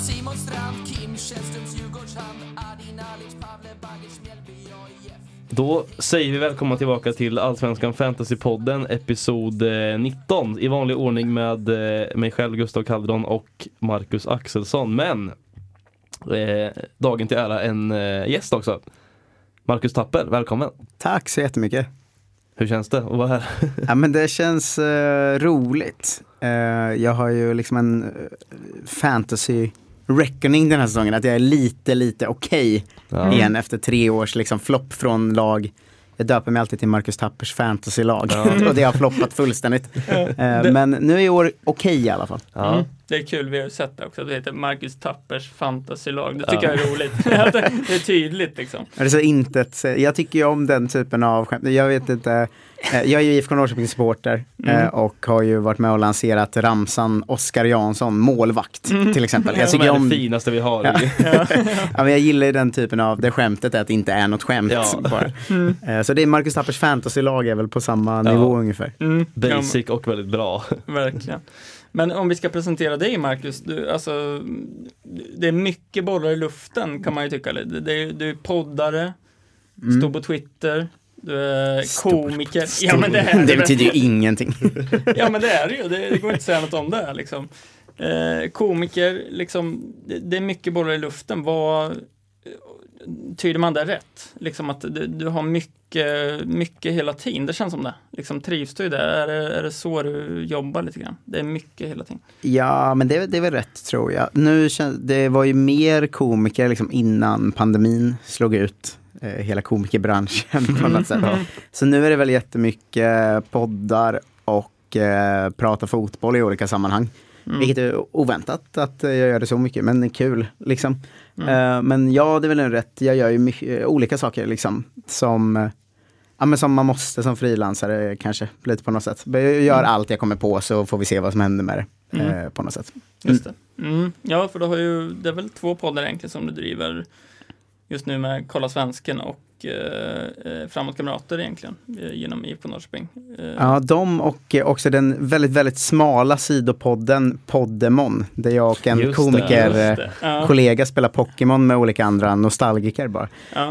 Simon Strand, Kim Källströms Djurgårdshand, Adi Nalic, Pavle Bagic, Mjällby och IF. Då säger vi välkomna tillbaka till Allsvenskan Fantasy-podden, episod 19. I vanlig ordning med mig själv, Gustav Kaldron och Marcus Axelsson. Men dagen till ära en gäst också. Marcus Tapper, välkommen. Tack så jättemycket. Hur känns det att vara här? Ja, men det känns roligt. Jag har ju liksom en fantasy reckoning den här säsongen, att jag är lite okej igen efter 3 års liksom flopp från lag. Jag döper mig alltid till Marcus Tappers fantasy-lag och det har floppat fullständigt. Men nu är i år okej i alla fall. Det är kul, vi har sett det också. Det heter Marcus Tappers fantasy-lag. Det tycker jag är roligt. Det är tydligt liksom. Det är så intet. Jag tycker ju om den typen av skämt. Jag vet inte. Jag är ju IFK Norrköping-supporter och har ju varit med och lanserat ramsan Oskar Jansson, målvakt till exempel. Jag tycker om det finaste vi har. Ja, men jag gillar ju den typen av det skämtet, att det inte är något skämt. Så det är Marcus Tappers fantasy-lag är väl på samma nivå ungefär. Basic och väldigt bra. Verkligen. Men om vi ska presentera dig, Marcus, det är mycket bollar i luften kan man ju tycka. Du är poddare, står på Twitter, du är komiker. Ja, men det betyder ju ingenting. Ja, men det är det ju. Det går inte att säga något om det här, liksom. Komiker, liksom, det är mycket bollar i luften. Vad tyder man det rätt? Liksom att du har mycket hela tiden. Det känns som det. Liksom, trivs du i det? Är det så du jobbar lite grann? Det är mycket hela tiden. Ja, men det är väl rätt, tror jag. Det var ju mer komiker liksom, innan pandemin slog ut hela komikerbranschen på något sätt. Så nu är det väl jättemycket poddar och prata fotboll i olika sammanhang. Vilket är oväntat att jag gör det så mycket, men kul liksom. Men ja, det är väl en rätt. Jag gör ju mycket, olika saker liksom, som man måste som frilansare kanske, lite på något sätt. Jag gör allt jag kommer på, så får vi se vad som händer med det på något sätt. Just det. Ja, för då har det är väl 2 poddar egentligen som du driver just nu med Kolla Svensken och Framåt Kamrater egentligen genom IFK Norrköping. Ja, de och också den väldigt, väldigt smala sidopodden Poddemon, där jag och en komiker-kollega spelar Pokémon med olika andra nostalgiker bara.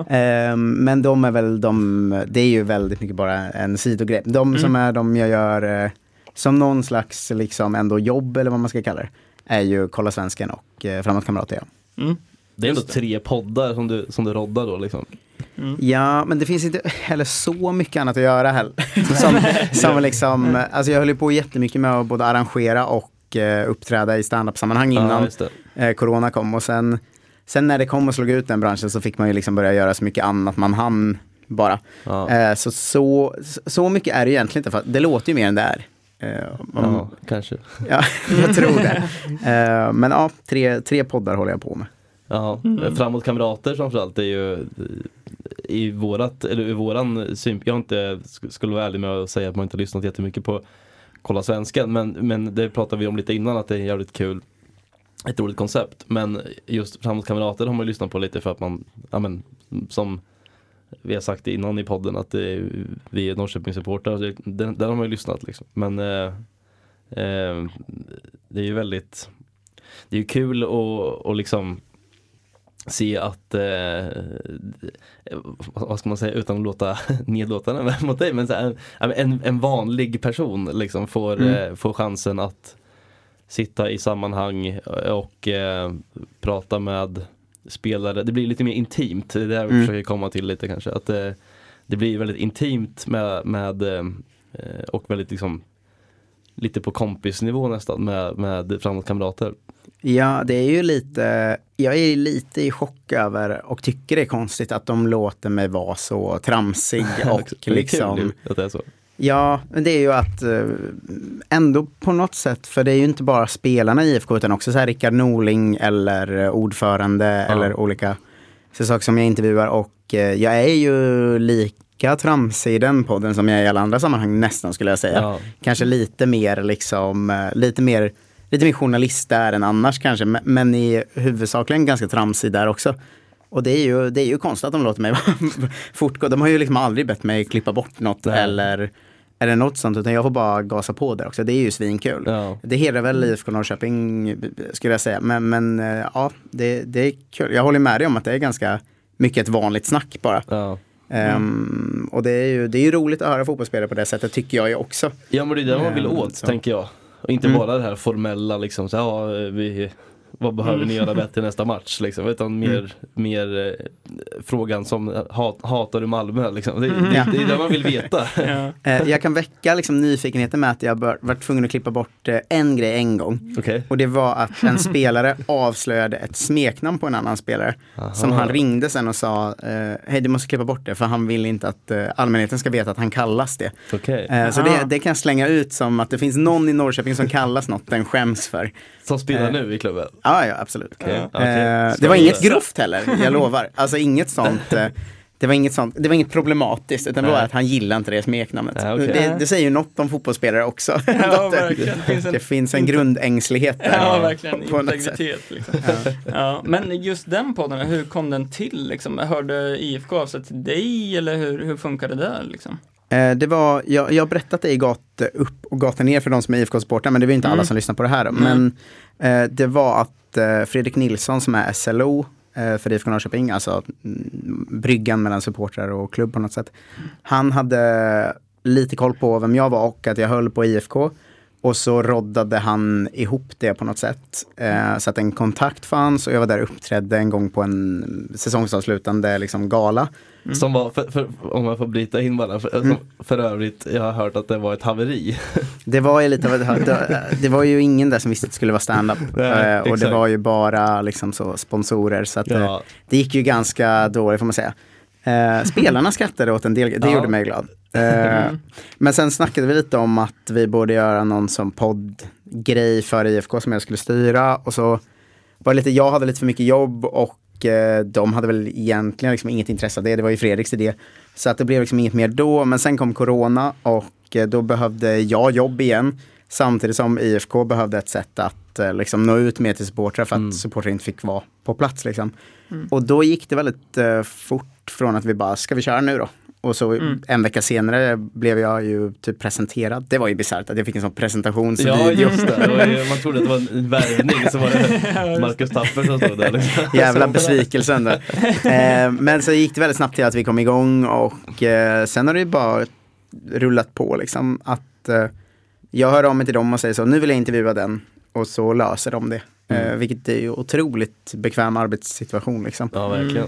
Men de är väl det är ju väldigt mycket bara en sidogrej. De som är de jag gör som någon slags liksom ändå jobb, eller vad man ska kalla det, är ju Kolla Svensken och Framåt Kamrater. Det är ändå 3 poddar som du roddar då liksom. Ja, men det finns inte heller så mycket annat att göra heller. som liksom, alltså jag höll ju på jättemycket med att både arrangera och uppträda i stand-up-sammanhang innan corona kom. Och sen när det kom och slog ut den branschen, så fick man ju liksom börja göra så mycket annat man hann bara. Så mycket är det egentligen inte, för det låter ju mer än det är. Kanske. Ja, jag tror det. Men ja, 3 poddar håller jag på med. Ja, Framåt Kamrater framförallt är ju i våran synpunkt. Jag inte skulle vara ärlig med att säga att man inte lyssnat jättemycket på Kolla Svensken, men det pratade vi om lite innan, att det är jävligt kul, ett roligt koncept. Men just Framåt Kamrater har man lyssnat på lite för att man, som vi har sagt innan i podden, att vi är Norrköping-supportrar, där har man ju lyssnat liksom. Men det är ju väldigt, det är ju kul och liksom se att vad ska man säga utan att låta nedlåtande mot dig, men så här, en vanlig person liksom får chansen att sitta i sammanhang och prata med spelare. Det blir lite mer intimt. Det är det jag försöker komma till lite kanske, att det blir väldigt intimt med och väldigt liksom lite på kompisnivå nästan med Framåt Kamrater. Ja, det är ju lite, jag är lite i chock över och tycker det är konstigt att de låter mig vara så tramsig och liksom. Kul, att det är så. Ja, men det är ju att ändå på något sätt, för det är ju inte bara spelarna i IFK utan också så här Rickard Norling eller ordförande eller olika saker som jag intervjuar, och jag är ju lika tramsig i den podden som jag är i alla andra sammanhang nästan, skulle jag säga. Kanske lite mer liksom, lite mer journalist där än annars kanske, men i huvudsakligen ganska tramsig där också. Och det är ju konstigt att de låter mig fortgå. De har ju liksom aldrig bett mig klippa bort något eller är det något sånt, utan jag får bara gasa på där också. Det är ju svinkul. Ja. Det hedrar väl IFK Norrköping, skulle jag säga. Men ja, det är kul. Jag håller med dig om att det är ganska mycket ett vanligt snack bara. Ja. Och det är ju roligt att höra fotbollsspelare på det sättet, tycker jag ju också. Ja, men det är det man vill åt, så. tänker jag. Och inte bara det här formella liksom, så vad behöver ni göra bättre nästa match liksom, utan mer frågan som hatar du Malmö liksom. Det är det man vill veta. Jag kan väcka liksom nyfikenheten med att jag varit tvungen att klippa bort en grej en gång. Okay. Och det var att en spelare avslöjade ett smeknamn på en annan spelare. Som han ringde sen och sa hej, du måste klippa bort det, för han vill inte att allmänheten ska veta att han kallas det. Okay. Så det kan jag slänga ut som att det finns någon i Norrköping som kallas något den skäms för. Som spelar nu i klubben? Ja, absolut. Okay. Det var inget grovt heller, jag lovar. Alltså inget sånt. Det var inget problematiskt, utan det var att han gillar inte det smeknamnet. Det säger ju något om fotbollsspelare också. Ja, verkligen. Det finns en grundängslighet där. Ja, verkligen. Integritet. Liksom. Ja. Men just den podden, hur kom den till? Liksom? Hörde IFK av sig till dig, eller hur funkar det där? Liksom? Det var, jag har berättat det i Gata upp och Gata ner för de som är IFK-supportrar, men det var inte alla som lyssnar på det här. Men det var att Fredrik Nilsson, som är SLO för IFK Norrköping, alltså bryggan mellan supportrar och klubb på något sätt. Han hade lite koll på vem jag var och att jag höll på IFK. Och så roddade han ihop det på något sätt. Så att en kontakt fanns, och jag var där och uppträdde en gång på en säsongsavslutande liksom gala. Som var, om jag får bryta in bara, för övrigt, jag har hört att det var ett haveri. Det var ju lite av det var ju ingen där som visste att det skulle vara stand-up. Och det var ju bara liksom så sponsorer, så att det gick ju ganska dåligt, får man säga. Spelarna skrattade åt en del, det gjorde mig glad. Men sen snackade vi lite om att vi borde göra någon som poddgrej för IFK som jag skulle styra, och så var det lite, jag hade lite för mycket jobb och de hade väl egentligen liksom inget intresse av det. Det var ju Fredriks idé. Så att det blev liksom inget mer då. Men sen kom corona och då behövde jag jobb igen. Samtidigt som IFK behövde ett sätt att liksom nå ut med till supportrar, för att supportrar inte fick vara på plats liksom. Och då gick det väldigt fort från att vi bara, ska vi köra nu då? Och så en vecka senare blev jag ju typ presenterad. Det var ju bisarrt att jag fick en sån presentationsvideo. Ja, just det. Man trodde att det var en värvning, så var det Marcus Tapper som stod där. Liksom. Jävla besvikelsen då. Men så gick det väldigt snabbt till att vi kom igång, och sen har det ju bara rullat på liksom. Att jag hör av mig till dem och säger så, nu vill jag intervjua den. Och så löser de det. Vilket är ju otroligt bekväm arbetssituation liksom. Ja, verkligen.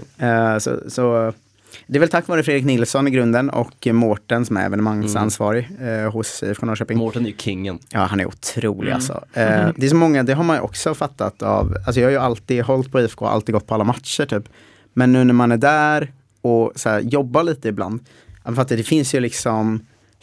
Så det är väl tack vare Fredrik Nilsson i grunden och Mårten som är evenemangsansvarig hos IFK Norrköping. Mårten är ju kingen. Ja, han är otrolig alltså. Det är så många, det har man ju också fattat av, alltså jag har ju alltid hållit på IFK, alltid gått på alla matcher typ. Men nu när man är där och så här, jobbar lite ibland, för att det finns ju liksom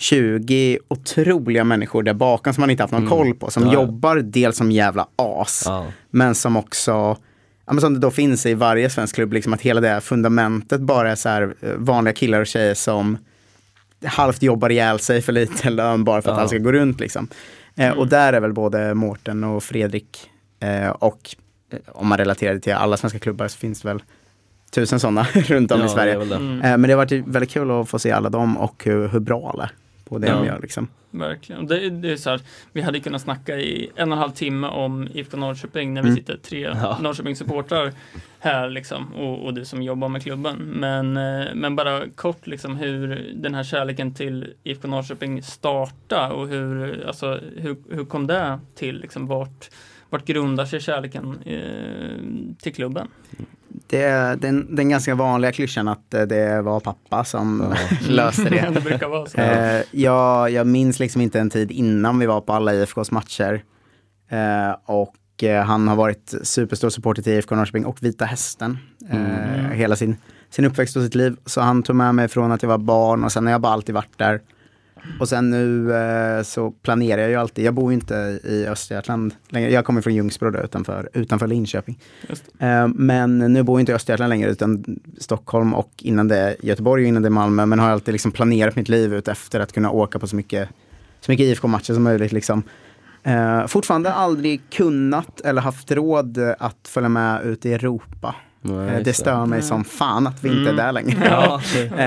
20 otroliga människor där bakom som man inte haft någon koll på, som jobbar dels som jävla as, men som också, ja, men som det då finns i varje svensk klubb, liksom, att hela det här fundamentet bara är så här vanliga killar och tjejer som halvt jobbar ihjäl sig för lite lön bara för att allt ska gå runt liksom. Och där är väl både Mårten och Fredrik och om man relaterar det till alla svenska klubbar så finns det väl 1000 sådana runt om i Sverige. Men det har varit väldigt kul att få se alla dem och hur bra alla på det de gör liksom. Verkligen. Det är så här, vi hade kunnat snacka i 1,5 timme om IFK Norrköping när vi sitter 3 Norrköping-supportrar här liksom, och du som jobbar med klubben. Men bara kort liksom, hur den här kärleken till IFK Norrköping startade och hur kom det till liksom, vart grundar sig kärleken till klubben? Det är den ganska vanliga klyschan att det var pappa som löste det. Det brukar vara så. Jag minns liksom inte en tid innan vi var på alla IFKs matcher. Och han har varit superstor supporter till IFK Norrköping och Vita Hästen. Hela sin uppväxt och sitt liv. Så han tog med mig från att jag var barn och sen har jag bara alltid varit där. Och sen nu så planerar jag ju alltid. Jag bor ju inte i Östergötland längre. Jag kommer från Ljungsbro då, utanför Linköping. Men nu bor jag inte i Östergötland längre utan Stockholm och innan det Göteborg och innan det Malmö. Men har alltid liksom planerat mitt liv ut efter att kunna åka på så mycket IFK-matcher som möjligt liksom. Fortfarande aldrig kunnat eller haft råd att följa med ut i Europa. Det stör mig som fan att vi inte är där längre. Ja.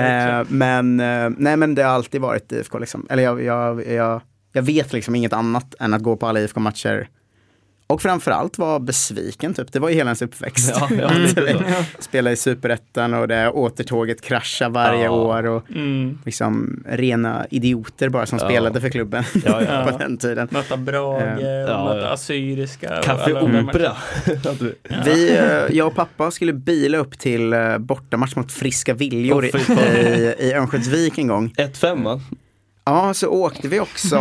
Men det har alltid varit IFK liksom. Eller jag vet liksom inget annat än att gå på alla IFK-matcher. Och framförallt var besviken typ. Det var ju hela ens uppväxt. Spela i Superettan och det återtåget krascha varje år och liksom rena idioter bara som spelade för klubben på den tiden. Möta Brage, möta Assyriska. Kaffe Opera. Jag och pappa skulle bila upp till bortamatch mot Friska Viljor i Örnsköldsvik en gång. 1-5 va? Ja, så åkte vi också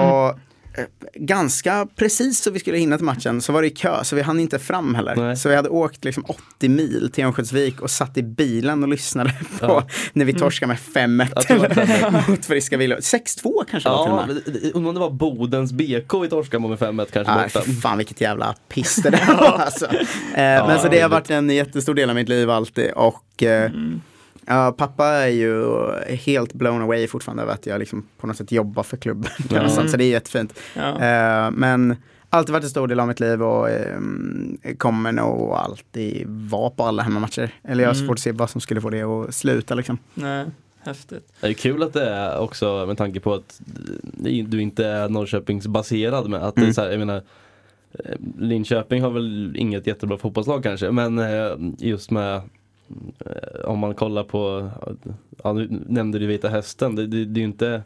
ganska precis så vi skulle hinna till matchen, så var det i kö så vi hann inte fram heller. Nej. Så vi hade åkt liksom 80 mil till Örnsköldsvik och satt i bilen och lyssnade på när vi torskade med 5-1 mot Friska Viljor. 6-2 kanske var till och med. Om det var Bodens BK i torskade med 5-1 kanske borta. Fan vilket jävla piss det där var alltså. Men så det har varit en jättestor del av mitt liv alltid och pappa är ju helt blown away fortfarande över att jag liksom på något sätt jobbar för klubben. Så det är jättefint. Men alltid varit en stor del av mitt liv och kommer nog alltid vara på alla hemmamatcher. Eller jag har svårt att se vad som skulle få det att sluta liksom. Nej, häftigt. Det är kul att det är också med tanke på att du inte är Norrköpingsbaserad med att det är så här, jag menar Linköping har väl inget jättebra fotbollslag kanske, men just med om man kollar på nu nämnde du Vita Hästen, det är ju inte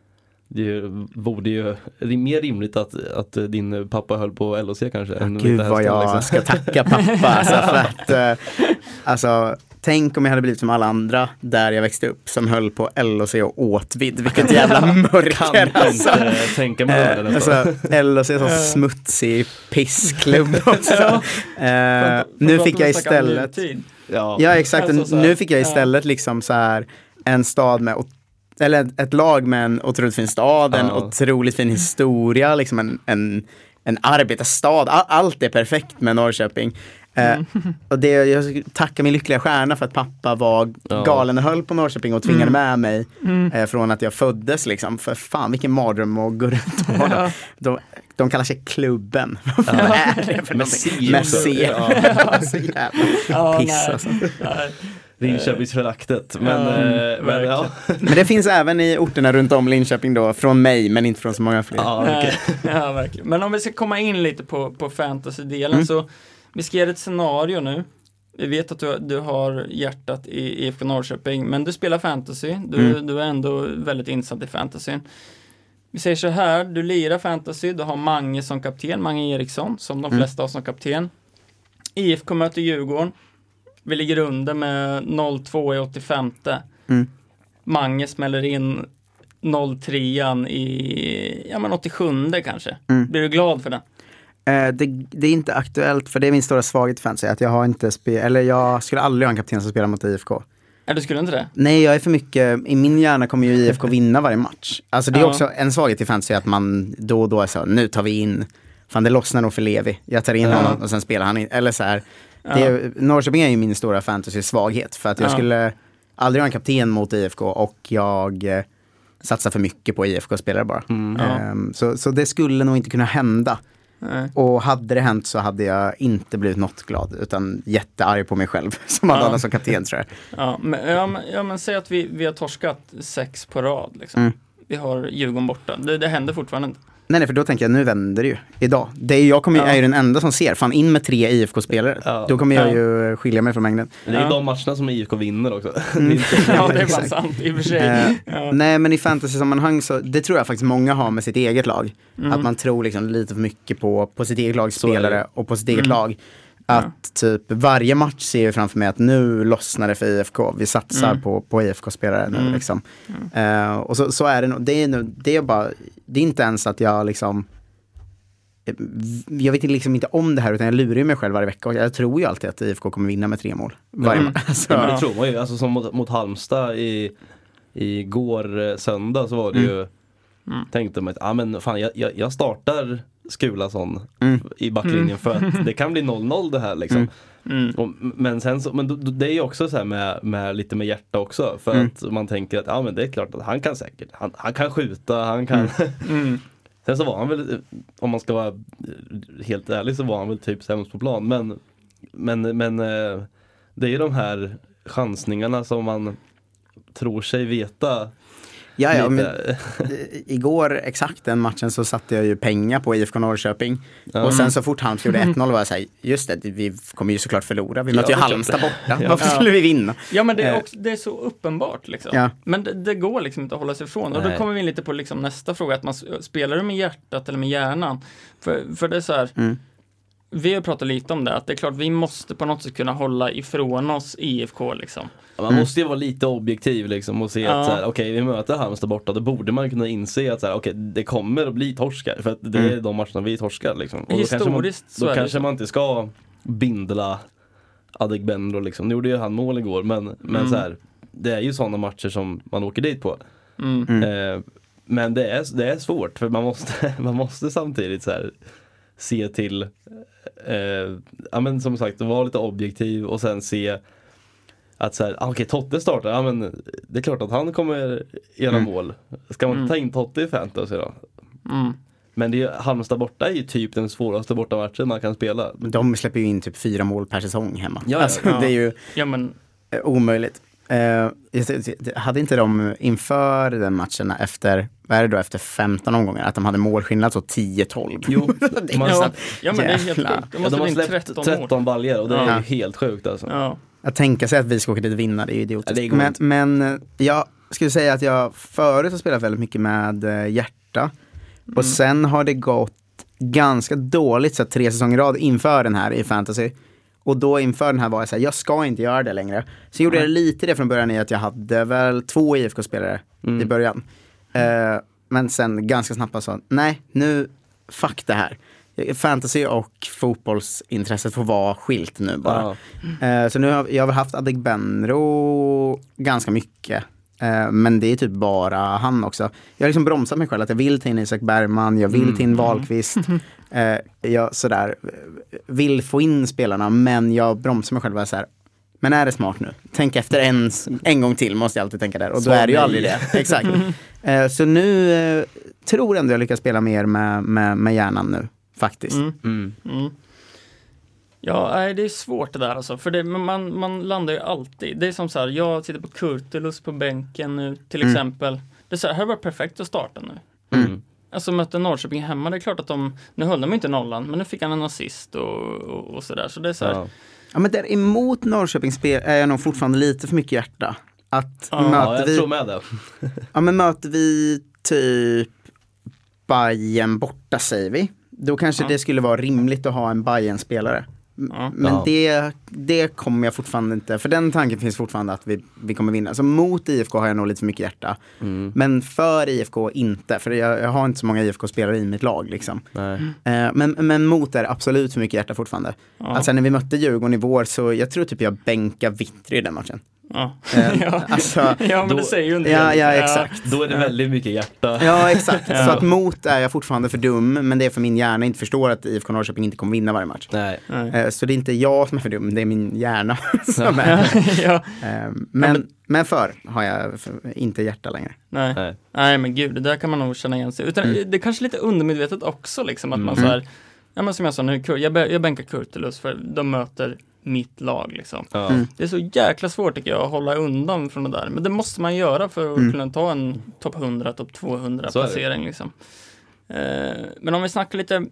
borde ju mer rimligt att din pappa höll på LHC kanske än Gud vad jag liksom ska tacka pappa alltså, för att alltså tänk om jag hade blivit som alla andra där jag växte upp som höll på LHC och åtvid. Vilket jävla mörker alltså. Tänka mig LHC är så smutsig pissklubb också. Nu fick jag istället Ja exakt, alltså, nu fick jag istället liksom så här en stad med eller ett lag med en otroligt fin stad, en otroligt fin historia, liksom en arbetarstad. Allt är perfekt med Norrköping. Och jag tackar min lyckliga stjärna för att pappa var galen och höll på Norrköping och tvingade med mig från att jag föddes liksom. För fan vilken mardröm att gå runt och de kallar sig klubben. Vad är det för någonting? Messi. Så jävla piss alltså. Linköpingsföraktet. Men det finns även i orterna runt om Linköping då, från mig men inte från så många fler. Ja, verkligen. Men om vi ska komma in lite på fantasy-delen så vi ska ge ett scenario nu. Vi vet att du har hjärtat i IFK Norrköping, men du spelar fantasy. Du är ändå väldigt insatt i fantasyn. Vi säger så här, du lirar fantasy, du har Mange som kapten, Mange Eriksson, som de flesta har som kapten. IFK möter Djurgården. Vi ligger under med 0-2 i 85. Mange smäller in 0-3 i 87 kanske. Blir du glad för den? Det är inte aktuellt, för det är min stora svaghet i fantasy, att jag har inte jag skulle aldrig ha en kapten som spelar mot IFK. Du skulle inte det? Nej, jag är för mycket, i min hjärna kommer ju IFK vinna varje match. Alltså det är också en svaghet i fantasy att man då och då är så, nu tar vi in, fan det lossnar nog för Levi. Jag tar in honom och sen spelar han in, eller så här. Norrköping är ju min stora fantasy-svaghet, för att jag skulle aldrig ha en kapten mot IFK och jag satsar för mycket på IFK-spelare bara. Så det skulle nog inte kunna hända. Och hade det hänt så hade jag inte blivit något glad, utan jättearg på mig själv som hade alla som kapten, tror jag. Men säg att vi har torskat 6 på rad liksom. Vi har Djurgården borta. Det händer fortfarande inte. Nej, för då tänker jag, nu vänder det ju idag. Jag är ju den enda som ser, fan in med 3 IFK-spelare. Då kommer jag ju skilja mig från mängden. Det är de matcherna som IFK vinner också. Det är bara sant i och för sig. Nej, men i fantasy-sammanhang så, det tror jag faktiskt många har med sitt eget lag. Att man tror liksom lite för mycket på sitt eget lags spelare och på sitt eget lag. Att typ varje match ser jag framför mig att nu lossnar det för IFK. Vi satsar på IFK-spelare nu liksom. Och så är det nog. Det är inte ens att jag liksom, jag vet liksom inte om det här, utan jag lurar mig själv varje vecka. Och jag tror ju alltid att IFK kommer vinna med 3 mål varje match. Men det tror man ju. Alltså som mot Halmstad i går söndag så var det ju tänkte man att men fan, jag startar Skulason i backlinjen för att det kan bli 0-0 det här liksom. Men sen så, men det är ju också så här med lite med hjärta också, för att man tänker att men det är klart att han kan säkert, han kan skjuta, han kan sen så var han väl, om man ska vara helt ärlig, så var han väl typ sämst på plan, men det är ju de här chansningarna som man tror sig veta. Ja, men, igår exakt den matchen så satte jag ju pengar på IFK Norrköping. Och sen så fort Halmstad gjorde 1-0 var jag såhär, just det, vi kommer ju såklart förlora. Vi möter ju Halmstad borta. Varför skulle vi vinna? Ja, men det är så uppenbart liksom. Ja. Men det går liksom inte att hålla sig ifrån. Och då kommer vi in lite på liksom nästa fråga, att man spelar med hjärtat eller med hjärnan. För det är så här, vi har pratat lite om det, att det är klart vi måste på något sätt kunna hålla ifrån oss IFK liksom. Man måste ju vara lite objektiv liksom och se att okej, vi möter Halmstad borta, då borde man kunna inse att okej, det kommer att bli torskar, för att det är de matcherna vi torskar liksom. Och historiskt då kanske man inte ska bindla Adegbenro liksom. Nu gjorde ju han mål igår, men så här, det är ju sådana matcher som man åker dit på. Men det är svårt, för man måste samtidigt så här se till ja, men som sagt, vara lite objektiv och sen se att så här, okej, Totte startar, ja men det är klart att han kommer göra mål. Ska man ta in Totte i fantasy då? Men det är, Halmstad borta är ju typ den svåraste bortamatchen man kan spela. De släpper ju in typ 4 mål per säsong hemma. Ja. Det är ju omöjligt. Hade inte de inför den matchen efter, vad är det då, efter 15 omgångar, att de hade målskillnad så 10-12? Jo, men det är helt sjukt. De har släppt 13 baljer och det är ju helt sjukt alltså. Ja. Att tänka sig att vi ska åka dit och vinna, det är ju idiotiskt. Men jag skulle säga att jag förut har spelat väldigt mycket med hjärta. Och sen har det gått ganska dåligt så 3 säsonger i rad inför den här i fantasy. Och då inför den här var jag så här, jag ska inte göra det längre. Så gjorde jag lite det från början i att jag hade väl 2 IFK-spelare i början. Men sen ganska snabbt så, nej, nu, fuck det här. Fantasy och fotbollsintresset får vara skilt nu bara. Så nu har jag haft Adegbenro ganska mycket. Men det är typ bara han också. Jag har liksom bromsat mig själv att jag vill ta in Isak Bergman, jag vill ta in Wahlqvist. Jag sådär vill få in spelarna, men jag bromsar mig själv och så här, men är det smart nu? Tänk efter en gång till, måste jag alltid tänka där. Och då är det ju aldrig det. Exakt. Så nu tror ändå jag lyckas spela mer med hjärnan nu, faktiskt. Ja, det är svårt det där alltså. För det, man landar ju alltid. Det är som så här, jag sitter på Kurtulus på bänken nu till exempel. Det är så här var perfekt att starta nu. Alltså mötte Norrköping hemma, det är klart att nu höll de inte nollan, men nu fick han en assist och sådär. Så det är så här. Ja, men däremot Norrköpingsspel är jag nog fortfarande lite för mycket hjärta. Att jag tror med det. Ja, men möter vi typ Bayern borta, säger vi. Då kanske det skulle vara rimligt att ha en Bayern-spelare. Men det kommer jag fortfarande inte, för den tanken finns fortfarande att vi kommer vinna. Så mot IFK har jag nog lite för mycket hjärta. Men för IFK inte, för jag har inte så många IFK-spelare i mitt lag liksom. Men mot är absolut för mycket hjärta fortfarande. Alltså när vi mötte Djurgården i vår, så jag tror typ jag bänkar Vittry i den matchen. Alltså, men det säger ju inte. Ja, exakt. Då är det väldigt mycket hjärta. Ja, exakt. Så att mot är jag fortfarande för dum, men det är för min hjärna inte förstår att IFK Norrköping inte kommer vinna varje match. Nej. Så det är inte jag som är för dum, det är min hjärna som är. Men för har jag inte hjärta längre. Nej, men gud, det där kan man nog känna igen sig. Utan det är kanske lite undermedvetet också liksom, att man så här, ja, men som jag sa nu, jag bänkar Kurtulus för de möter mitt lag liksom. Det är så jäkla svårt tycker jag att hålla undan från det där. Men det måste man göra för att kunna ta en topp 100, topp 200 placering liksom. Men om vi snackar lite,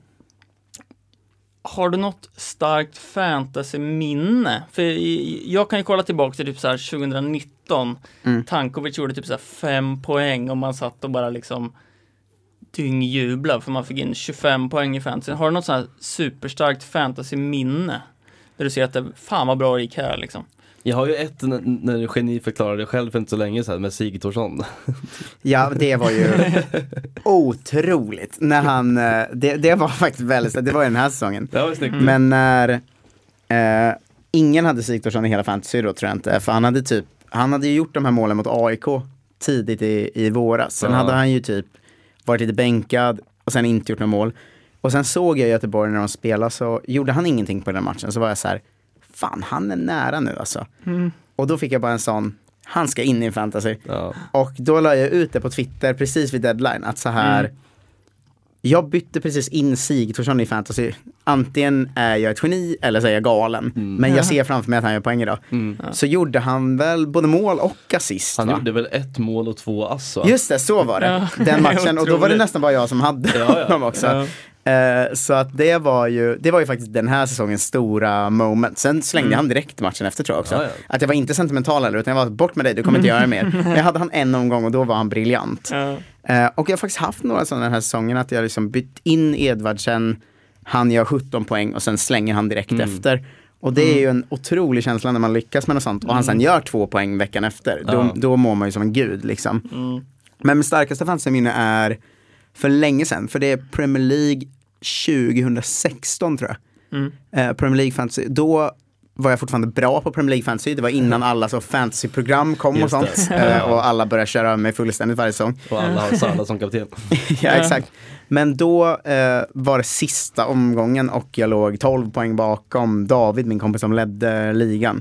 har du något starkt fantasy-minne? För jag kan ju kolla tillbaka till typ så här 2019. Tankovic gjorde typ så här 5 poäng och man satt och bara liksom dyngjubla för man fick in 25 poäng i fantasy. Har du något så här superstarkt fantasy-minne? Där du ser att det fan vad bra det gick här liksom. Jag har ju ett när Geni förklarade det själv för inte så länge sedan med Sigthorsson. Ja, det var ju otroligt. När han, det var faktiskt väldigt, det var ju den här säsongen. Det var snyggt. Men när ingen hade Sigthorsson i hela fantasy då, tror jag inte. För han hade ju gjort de här målen mot AIK tidigt i våras. Sen hade han ju typ varit lite bänkad och sen inte gjort några mål. Och sen såg jag Göteborg när de spelade, så gjorde han ingenting på den matchen. Så var jag så här, fan, han är nära nu alltså. Och då fick jag bara en sån, han ska in i en fantasy. Och då la jag ut det på Twitter precis vid deadline, att så här, jag bytte precis in Sigthorsson i fantasy. Antingen är jag ett geni eller så är jag galen. Men jag ser framför mig att han gör poäng idag. Så gjorde han väl både mål och assist. Han va? gjorde väl 1 mål och 2 ass, va? Just det, så var det. Den matchen. Och då var det nästan bara jag som hade honom också. Så att det var ju faktiskt den här säsongens stora moment. Sen slängde han direkt matchen efter, tror jag också. Att jag var inte sentimental eller, utan jag var bort med dig, du kommer inte göra det mer. Men jag hade han en omgång och då var han briljant. Och jag har faktiskt haft några sådana den här säsongen, att jag liksom bytt in Edvardsen, han gör 17 poäng och sen slänger han direkt efter. Och det är ju en otrolig känsla när man lyckas med något sånt. Och han sen gör 2 poäng veckan efter. Då mår man ju som en gud liksom. Men min starkaste fantasyminne är för länge sedan. För det är Premier League 2016, tror jag. Premier League Fantasy. Då var jag fortfarande bra på Premier League Fantasy. Det var innan alla så fantasyprogram kom och sånt. Och alla började köra med fullständigt varje säsong. Och alla har Salah som kapten. Ja, exakt. Men då var det sista omgången och jag låg 12 poäng bakom David, min kompis som ledde ligan.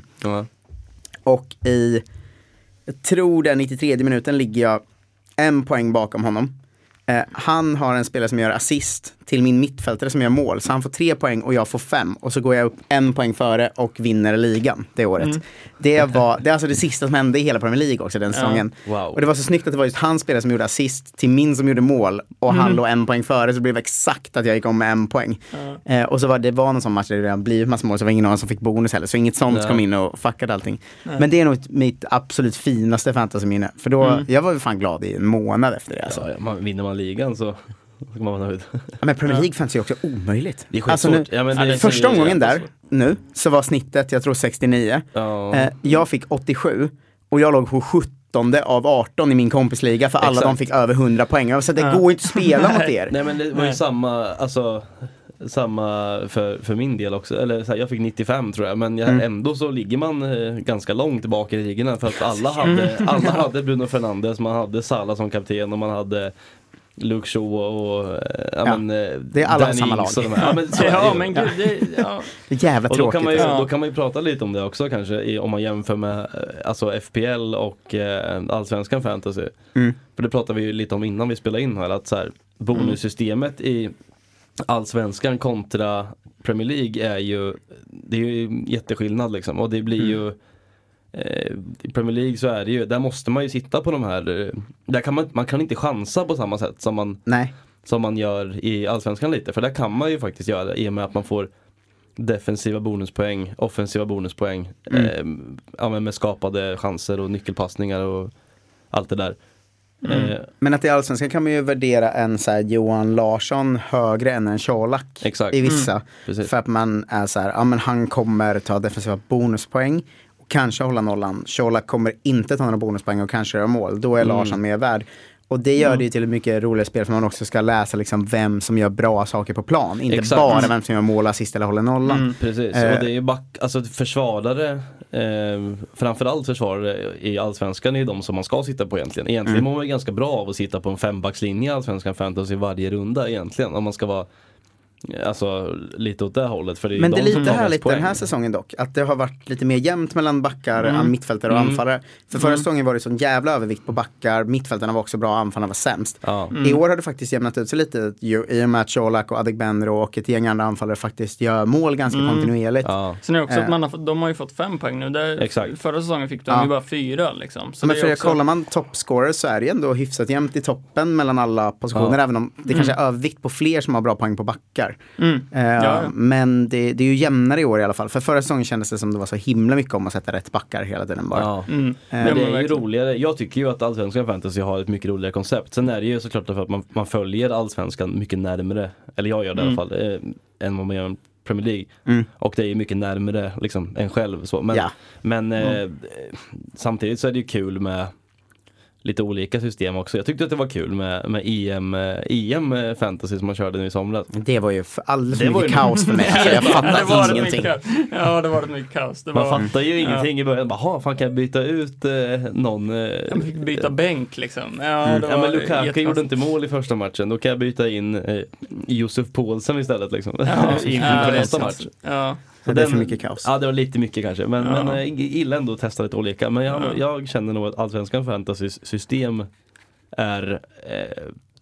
Och jag tror det 93 minuten ligger jag 1 poäng bakom honom. Han har en spelare som gör assist till min mittfältare som gör mål. Så han får 3 poäng och jag får 5. Och så går jag upp 1 poäng före och vinner ligan det året. Det är alltså det sista som hände i hela Premier League också den säsongen. Wow. Och det var så snyggt att det var just hans spelare som gjorde assist till min som gjorde mål. Och han låg 1 poäng före, så det blev exakt att jag gick om med 1 poäng. Och så var det någon sån match där det redan blivit massa mål, så var ingen annan som fick bonus heller. Så inget sånt kom in och fuckade allting. Men det är nog mitt absolut finaste fantasyminne. För då, jag var fan glad i en månad efter det. Alltså. Vinner man ligan så ska man vara nöjd. Men Premier League fanns ju också omöjligt. Det är skitsvårt. Första omgången där, nu, så var snittet, jag tror 69. Jag fick 87 och jag låg på 17 av 18 i min kompisliga, för alla de fick över 100 poäng. Så det går inte att spela mot er. Nej, men det var ju samma för min del också. Eller så här, jag fick 95 tror jag, men ändå så ligger man ganska långt tillbaka i ligorna, för att alla hade Bruno Fernandes, man hade Salah som kapten och man hade Luke Shaw och det är alla samma lag. Men gud, det är jävla tråkigt. Då kan man ju prata lite om det också kanske, om man jämför med alltså FPL och Allsvenskan Fantasy. För det pratade vi ju lite om innan vi spelade in här, att så här, bonussystemet i Allsvenskan kontra Premier League är ju jätteskillnad liksom, och det blir ju i Premier League så är det ju, där måste man ju sitta på de här, där kan man kan inte chansa på samma sätt som man gör i Allsvenskan lite, för där kan man ju faktiskt göra det, i och med att man får defensiva bonuspoäng, offensiva bonuspoäng med skapade chanser och nyckelpassningar och allt det där. Men att i Allsvenskan kan man ju värdera en så här Johan Larsson högre än en Colak i vissa. För att man är så här, men han kommer ta defensiva bonuspoäng och kanske hålla nollan. Colak kommer inte ta några bonuspoäng och kanske göra mål. Då är Larsson mer värd. Och det gör det ju till ett mycket roligare spel, för man också ska läsa liksom vem som gör bra saker på plan. Inte bara vem som gör mål, assist eller håller nollan. Precis, och det är ju alltså försvarare, framförallt försvarare i Allsvenskan är ju de som man ska sitta på egentligen. Egentligen mår man ganska bra av att sitta på en 5-backslinje i Allsvenskan Fantasy varje runda egentligen, om man ska vara lite åt det hållet. För det är men det är lite härligt den här säsongen dock, att det har varit lite mer jämnt mellan backar, mittfältare och anfallare. För förra säsongen var det sån jävla övervikt på backar, mittfältarna var också bra, anfallarna var sämst. I år har det faktiskt jämnat ut sig lite, i och med att Colak och Adegbenro och ett gäng andra anfallare faktiskt gör mål ganska kontinuerligt. Sen är det också att de har ju fått 5 poäng nu. Förra säsongen fick de ju bara 4 liksom. Så men för kollar man toppscorers så är det ändå hyfsat jämnt i toppen mellan alla positioner, även om det kanske är övervikt på fler som har bra poäng på backar. Men det är ju jämnare i år i alla fall. För förra säsongen kändes det som det var så himla mycket om att sätta rätt backar hela tiden bara. Men det är ju roligare. Jag tycker ju att Allsvenskan Fantasy har ett mycket roligare koncept. Sen är det ju såklart för att man följer Allsvenskan mycket närmare, eller jag gör det i alla fall, än vad man gör Premier League. Och det är ju mycket närmare liksom än själv så. Men samtidigt så är det ju kul med lite olika system också. Jag tyckte att det var kul med EM Fantasy som man körde nu i somras. Det var ju alldeles för mycket kaos för mig. Jag fattar ingenting. Det var mycket kaos. Man fattar ju ingenting i början. Fan, kan jag byta ut någon? Jag fick byta bänk liksom. Men Lukaku gjorde inte mål i första matchen. Då kan jag byta in Josef Paulsen istället liksom. Inför nästa match. Så det är för mycket kaos. Ja, det var lite mycket kanske. Men gillar ändå att testa lite olika. Men jag känner nog att Allsvenskan Fantasy-system är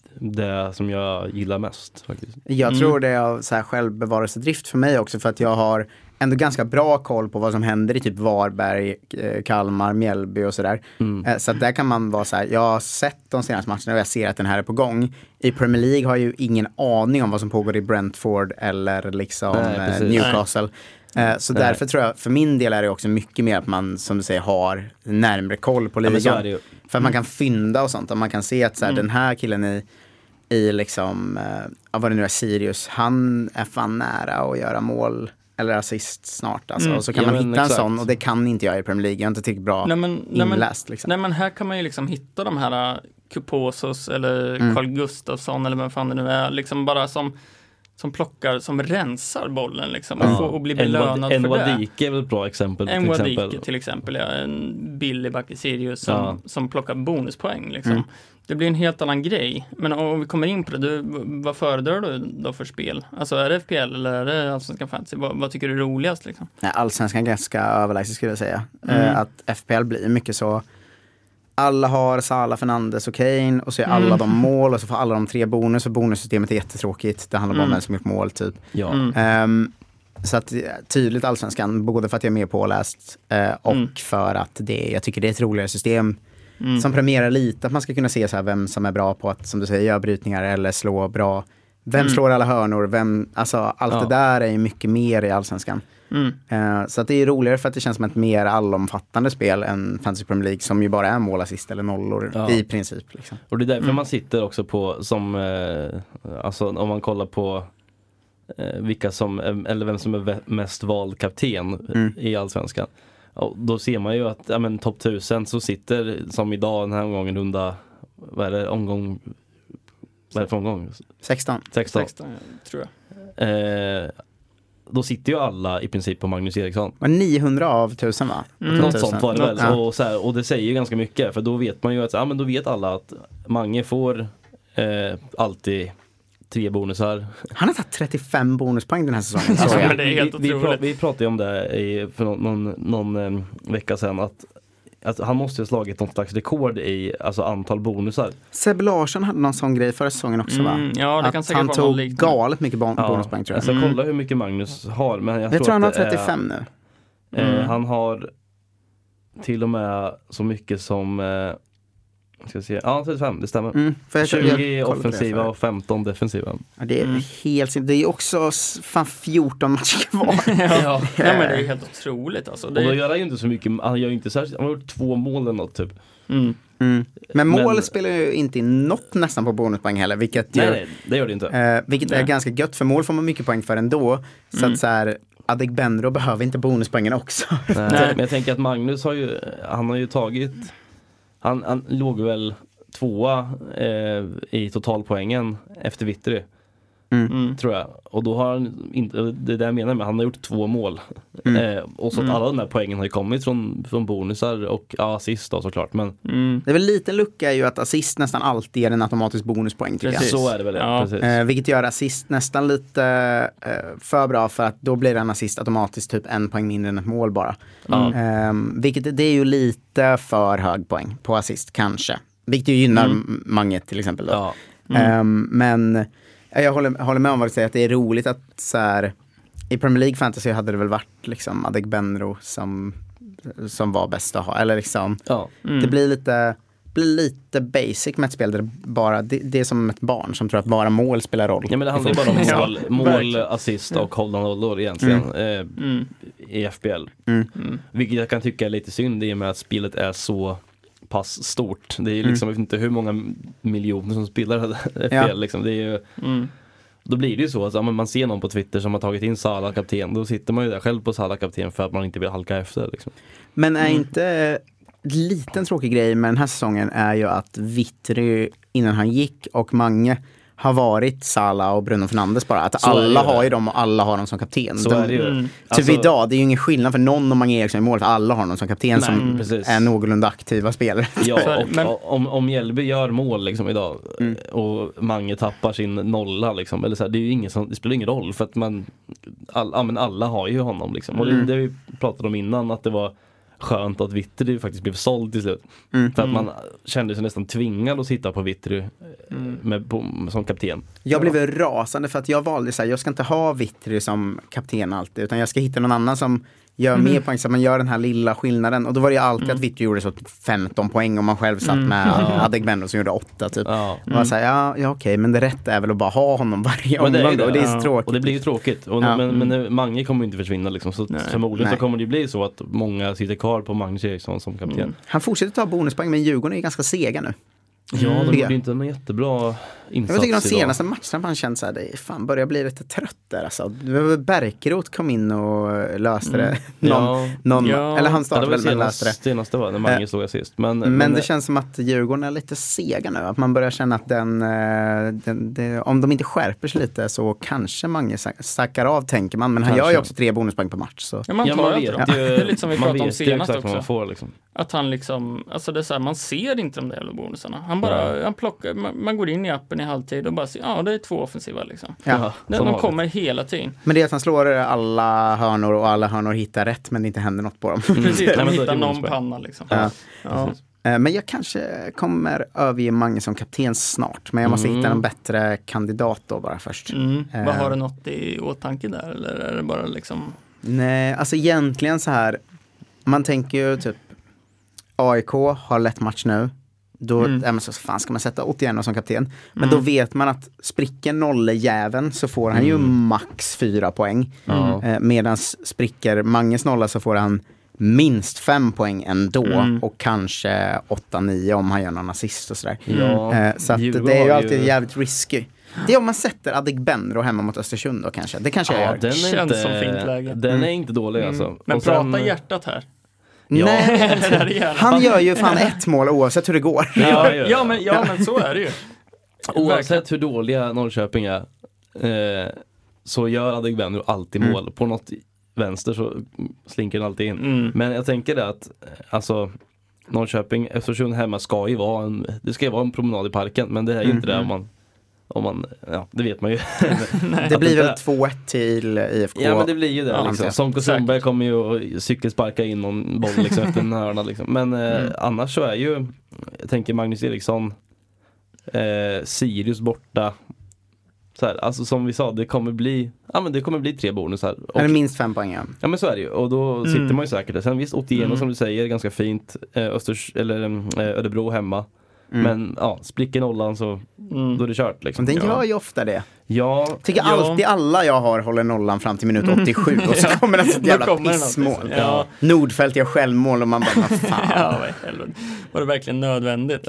det som jag gillar mest faktiskt. Jag tror det är av så här självbevarelsedrift för mig också, för att jag har ändå ganska bra koll på vad som händer i typ Varberg, Kalmar, Mjällby och sådär. Så att där kan man vara så här, jag har sett de senaste matcherna och jag ser att den här är på gång. I Premier League har jag ju ingen aning om vad som pågår i Brentford eller liksom Newcastle. Så därför tror jag, för min del är det också mycket mer att man, som du säger, har närmare koll på ligan. För att man kan fynda och sånt, och man kan se att så här, den här killen i liksom, vad det nu är, Sirius, han är fan nära att göra mål eller assist snart. Alltså. Och så kan man hitta en sån, och det kan inte jag i Premier League. Jag är inte tillräckligt bra inläst. Liksom. Nej, men här kan man ju liksom hitta de här Kuposos eller Carl Gustafsson eller vem fan det nu är, liksom bara som plockar, som rensar bollen liksom, och blir belönad för det. Enwadike är väl ett bra exempel. Enwadike till exempel, ja, en billig back i Sirius som plockar bonuspoäng liksom. Det blir en helt annan grej. Men om vi kommer in på det, vad föredrar du då för spel? Alltså är det FPL eller är det Allsvenskan Fantasy? Vad tycker du är roligast liksom? Nej, Allsvenskan ganska överlägset skulle jag säga. Att FPL blir mycket så, alla har Salah, Fernandes och Kane, och så är alla de mål, och så får alla de 3 bonus, och bonussystemet är jättetråkigt. Det handlar bara om vem som gjort mål typ. Ja. Så att tydligt Allsvenskan, både för att jag är mer påläst och för att jag tycker det är ett roligare system som premierar lite, att man ska kunna se så här vem som är bra på att, som du säger, göra brytningar eller slå bra. Vem slår alla hörnor? Alltså allt det där är ju mycket mer i Allsvenskan. Så att det är roligare för att det känns som ett mer allomfattande spel än Fantasy Premier League, som ju bara är målassist eller nollor i princip. Liksom. Och det är därför man sitter också på som, alltså om man kollar på vilka som, eller vem som är mest vald kapten i Allsvenskan. Och då ser man ju att topp 1000 så sitter, som idag den här gången runda, vad är det för omgång? 16 tror jag. Då sitter ju alla i princip på Magnus Eriksson. Var 900 av 1000 va? Något sånt var det väl. Ja. Och det säger ju ganska mycket, för då vet man ju att då vet alla att Mange får alltid 3 bonusar. Han har tagit 35 bonuspoäng den här säsongen. Alltså, det är helt otroligt. Vi pratade ju om det för någon vecka sedan, att han måste ha slagit något slags rekord i antal bonusar. Sebbe Larsson hade någon sån grej förra säsongen också va? Ja, det kan säkert han vara tog galet mycket bonuspoäng tror jag. Jag ska kolla hur mycket Magnus har, men jag tror han har 35 nu. Han har till och med så mycket som ska se. 35, det stämmer. 20 offensiva och 15 defensiva. Ja, det är helt simpelt. Det är också fan 14 matcher kvar. Ja, men det är helt otroligt alltså. Och då gör han ju inte så mycket. Han gör ju inte särskilt. Han har gjort 2 mål eller något typ. Men mål spelar ju inte in något nästan på bonuspoäng heller, vilket nej, det gör det inte. Vilket är ganska gött, för mål får man mycket poäng för ändå. Så att så här, Adegbenro behöver inte bonuspoängen också. Nej, men jag tänker att Magnus har ju tagit, han låg väl 2:a i totalpoängen efter Vittry. Tror jag. Och då har han inte, det där jag menar med, han har gjort 2 mål. Och så att alla de här poängen har ju kommit från bonusar och assist då såklart. Men det är väl lite lucka är ju att assist nästan alltid är en automatisk bonuspoäng. Precis. Så är det väl. Ja. Precis. Vilket gör assist nästan lite för bra, för att då blir en assist automatiskt typ 1 poäng mindre än ett mål bara. Vilket det är ju lite för hög poäng på assist kanske. Vilket ju gynnar Mange till exempel då. Ja. Men jag håller med om vad du säger, att det är roligt att så här, i Premier League Fantasy hade det väl varit liksom Adegbenro som var bäst att ha, eller liksom det blir lite basic med ett spel där det bara det är som ett barn som tror att bara mål spelar roll. Ja, men det handlar ju bara om mål, assist och hålla nollor egentligen i FPL. Vilket jag kan tycka är lite synd i och med att spelet är så pass stort. Det är liksom, jag vet inte hur många miljoner som spelar FPL liksom. Det är ju, då blir det ju så att man ser någon på Twitter som har tagit in Salah kapten, då sitter man ju där själv på Salah kapten för att man inte vill halka efter liksom. Men är inte liten tråkig grej med den här säsongen är ju att Vittry innan han gick och Mange har varit Salah och Bruno Fernandes bara. Att så alla har ju dem och alla har dem som kapten. Så är det ju. Typ idag, det är ju ingen skillnad för någon om Mange Eriksson i mål, för alla har någon som kapten som är någorlunda aktiva spelare. Ja, och om Mjällby gör mål liksom idag och Mange tappar sin nolla liksom, eller så här, det är ju ingen som, det spelar ingen roll för att men alla har ju honom liksom. Och det vi pratade om innan, att det var skönt att Vittry faktiskt blev såld till slut. För att man kände sig nästan tvingad att sitta på Vittry som kapten. Jag blev rasande för att jag valde så här, jag ska inte ha Vittry som kapten alltid, utan jag ska hitta någon annan som gör mer poäng så att man gör den här lilla skillnaden. Och då var det ju alltid att Vittry gjorde så 15 poäng och man själv satt med Adegbenro som gjorde 8 typ. Och man säger, ja okej, men det rätta är väl att bara ha honom varje omgång då, och det är så tråkigt. Och det blir ju tråkigt. Och, men Mange kommer ju inte försvinna liksom, så förmodligen så kommer det bli så att många sitter kvar på Magnus Eriksson som kapten. Han fortsätter ta bonuspoäng, men Djurgården är ju ganska sega nu. Ja, de gjorde inte en jättebra insats. Jag tycker de senaste matcherna man känt såhär, det fan börjar bli lite trött där alltså. Berkerot kom in och löste det. Eller han startade väl med löste det. Senaste var när Mange slog assist. Men det känns som att Djurgården är lite sega nu. Att man börjar känna att om de inte skärper sig lite så kanske Mange sackar av, tänker man. Men han gör ju också 3 bonuspoäng på match. Så. Ja, man tar ju inte. Det är lite som vi pratade om senast också. Man får, liksom. Att han liksom, alltså det är så här, man ser inte de där jävla bonusarna. Han plockar, man går in i appen i halvtid och bara ser, det är 2 offensiva liksom. Ja, de kommer hela tiden. Men det är att han slår alla hörnor och alla hörnor hittar rätt, men det inte händer något på dem. Precis, de hittar någon panna liksom. Men jag kanske kommer överge Mange som kapten snart, men jag måste hitta en bättre kandidat då bara först. Vad har du något i åtanke där, eller är det bara liksom? Nej, alltså egentligen så här, man tänker ju typ AIK har lätt match nu. Då men så fan ska man sätta 81 som kapten. Men då vet man att spricker nollejäveln så får han ju max 4 poäng. Medan spricker Manges nolla så får han minst 5 poäng ändå. Och kanske 8-9 om han gör någon assist och sådär. Så att det är ju alltid jävligt risky. Det är om man sätter Adegbenro hemma mot Östersund då kanske. Det kanske jag gör. Den känns som fint läge. Den är inte dålig alltså. Men och prata hjärtat här. Nej, han gör ju fan 1 mål oavsett hur det går. Men så är det ju. Oavsett hur dåliga Norrköping är så gör Adegbenro alltid mål. På något vänster så slinker den alltid in. Men jag tänker det att alltså Norrköping, Östersund hemma ska ju vara en promenad i parken, men det är ju inte det om man, det vet man ju. Det blir väl 2-1 till IFK. Ja, men det blir ju det liksom. Sonko Sundberg kommer ju att cykelsparka in någon boll liksom, efter en hörna liksom. Men annars så är ju, jag tänker Magnus Eriksson, Sirius borta. Så här, alltså som vi sa, det kommer bli 3 bonusar. Eller minst 5 poäng. Ja, men så är det ju. Och då sitter man ju säkert där. Sen visst, 81 som du säger, ganska fint. Örebro hemma. Men spricker nollan så då är det kört liksom. Den gör ju ofta det. Ja. Tycker alltid alla jag har håller nollan fram till minut 87 och så kommer det ett jävla pissmål. Nordfält gör självmål och man bara, fan. Var det verkligen nödvändigt?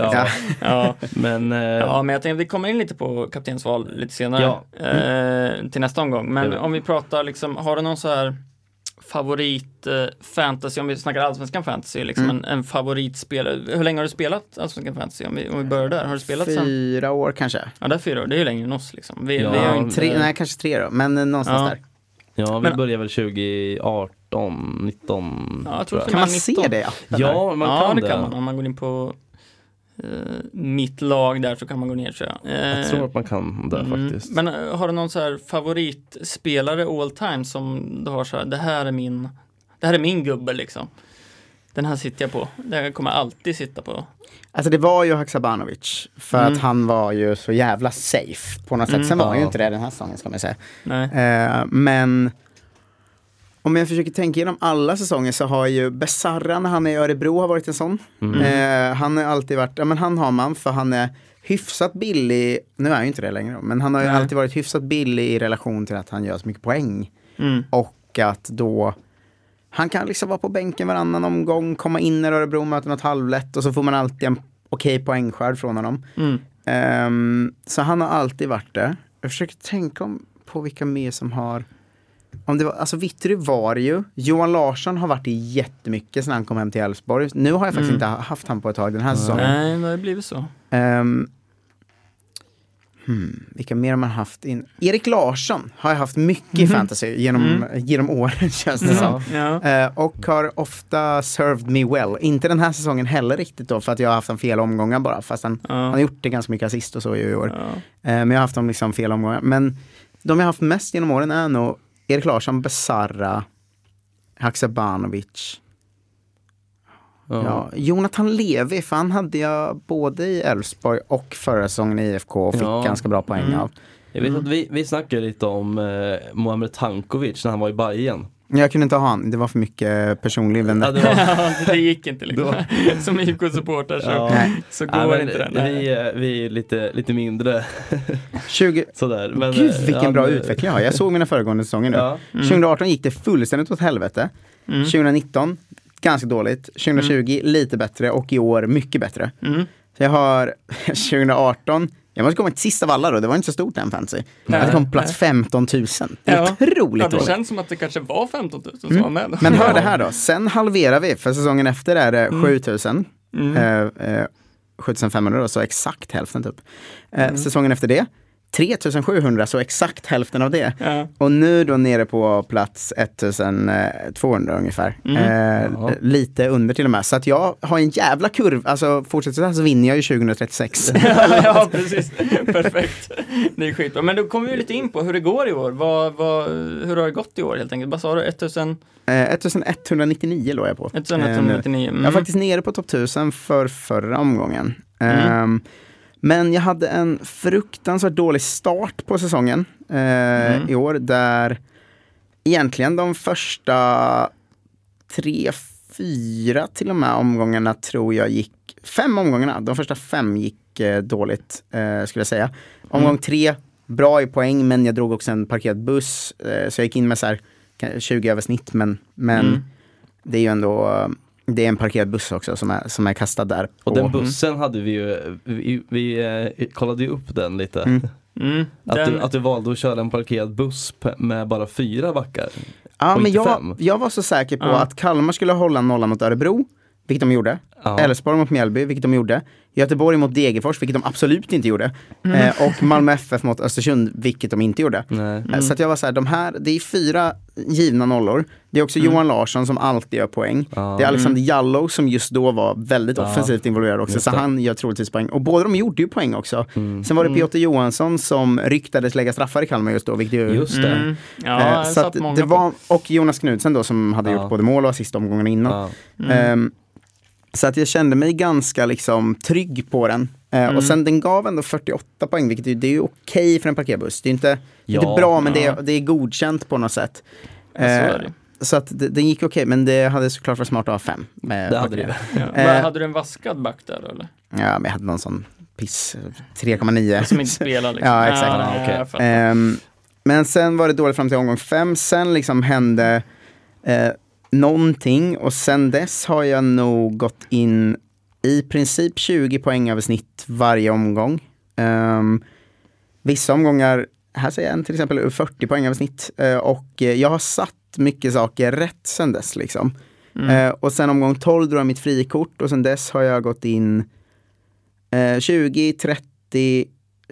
Men jag tänkte vi kommer in lite på kaptensval lite senare till nästa omgång. Men om vi pratar liksom, har du någon så här favorit fantasy, om vi snackar allsvenskan fantasy liksom, en favoritspelare. Hur länge har du spelat allsvenskan fantasy? Om vi börjar där, har du spelat 4 år kanske? Ja, det är 4 år, det är ju längre än oss liksom. Vi har inte... kanske 3 då, men någonstans där. Ja, vi börjar väl 2018, 19. Ja, jag tror kan man 19. Se det? Ja, det kan man. Om man går in på mitt lag där så kan man gå ner så jag tror att man kan där faktiskt. Men har du någon så här favoritspelare all time som du har så här, det här är min gubbe liksom. Den här sitter jag på. Det kommer alltid sitta på. Alltså det var ju Haksabanovic för att han var ju så jävla safe på något sätt. Sen var han ju inte det den här säsongen ska man säga. Men om jag försöker tänka igenom alla säsonger så har ju Besarra när han är i Örebro har varit en sån. Han har alltid varit, men han har man för han är hyfsat billig, nu är han ju inte det längre då, men han har ju alltid varit hyfsat billig i relation till att han gör så mycket poäng. Och att då han kan liksom vara på bänken varannan omgång, komma in när Örebro möter något halvlätt och så får man alltid en okej poängskörd från honom. Så han har alltid varit det. Jag försöker tänka på vilka mer som har. Om det var, alltså Vittry var ju. Johan Larsson har varit i jättemycket sedan han kom hem till Elfsborg. Nu har jag faktiskt inte haft han på ett tag den här säsongen. Nej, det har blivit så. Vilka mer har man haft in? Erik Larsson har jag haft mycket i fantasy genom åren känns det som. Och har ofta served me well. Inte den här säsongen heller riktigt då för att jag har haft en fel omgångar bara. Fast han har gjort det ganska mycket assist och så i år. Men jag har haft dem liksom fel omgångar. Men de jag har haft mest genom åren är nog Erik Larsson, Besarra, Haksabanovic. Ja, Jonathan Levi, för han hade jag både i Elfsborg och förra säsongen i IFK och fick ganska bra poäng av. Jag vet att vi snackade lite om Mohamed Tankovic när han var i Bayern. Jag kunde inte ha han, det var för mycket personlig vän. Ja, det gick inte liksom. Som IFK-supporter så går inte den. Vi är lite mindre 20... sådär. Men, Gud, vilken bra utveckling jag har. Jag såg mina föregående säsonger nu. 2018 gick det fullständigt åt helvete. 2019, ganska dåligt. 2020, lite bättre. Och i år, mycket bättre. Så jag har 2018... Jag måste komma till sist av alla då, det var inte så stort den fancy. Det kom på plats 15 000. Det är otroligt det känns som att det kanske var 15 000 som var med då. Men hör det här då, sen halverar vi, för säsongen efter är det 7 000. 7500 då, så exakt hälften typ. Säsongen efter det 3700, så exakt hälften av det. Och nu då nere på plats 1200 ungefär. Lite under till och med. Så att jag har en jävla kurv. Alltså fortsätter så här så vinner jag ju 2036. Ja, precis. Perfekt. Det är skitbra. Men då kommer vi lite in på hur det går i år. Hur har det gått i år helt enkelt? Vad sa du? 1199 låg jag på. 1199. Jag är faktiskt nere på topp 1000 för förra omgången. Men jag hade en fruktansvärt dålig start på säsongen i år, där egentligen de första 3-4 till och med omgångarna tror jag gick, 5 omgångarna, de första 5 gick dåligt skulle jag säga. Omgång 3, bra i poäng, men jag drog också en parkerad buss, så jag gick in med så här 20 över snitt, men det är ju ändå... Det är en parkerad buss också som är kastad där. Och den bussen hade vi ju, vi kollade ju upp den lite. Att du valde att köra en parkerad buss med bara 4 backar. Ja, men jag var så säker på att Kalmar skulle hålla nollan mot Örebro, vilket de gjorde. Elfsborg mot Mjällby, vilket de gjorde. Göteborg mot Degerfors, vilket de absolut inte gjorde. Och Malmö FF mot Östersund, vilket de inte gjorde. Så att jag var så här, det är 4 givna nollor. Det är också Johan Larsson som alltid gör poäng. Det är Alexander Jallow som just då var väldigt offensivt involverad också. Så han gör troligtvis poäng. Och båda de gjorde ju poäng också. Sen var det Piotr Johansson som ryktades lägga straffar i Kalmar just då. Vilket just det. Så att det var, och Jonas Knudsen då som hade gjort både mål och assist omgången innan. Så att jag kände mig ganska liksom trygg på den. Och sen den gav ändå 48 poäng, vilket det är ju okej för en parkerbuss. Det är inte bra, men det är godkänt på något sätt. Så att den gick okej, men det hade såklart varit smart att ha 5. Det hade det. Hade du en vaskad back där eller? Ja, men jag hade någon sån piss 3,9. Som inte spelar liksom. Ja, exakt. Men sen var det dåligt fram till omgång 5. Sen liksom hände någonting, och sen dess har jag nog gått in i princip 20 poäng över snitt varje omgång. Vissa omgångar, här säger jag till exempel 40 poäng över snitt, och jag har satt mycket saker rätt sen dess liksom. Och sen omgång 12 drog jag mitt frikort, och sen dess har jag gått in 20, 30,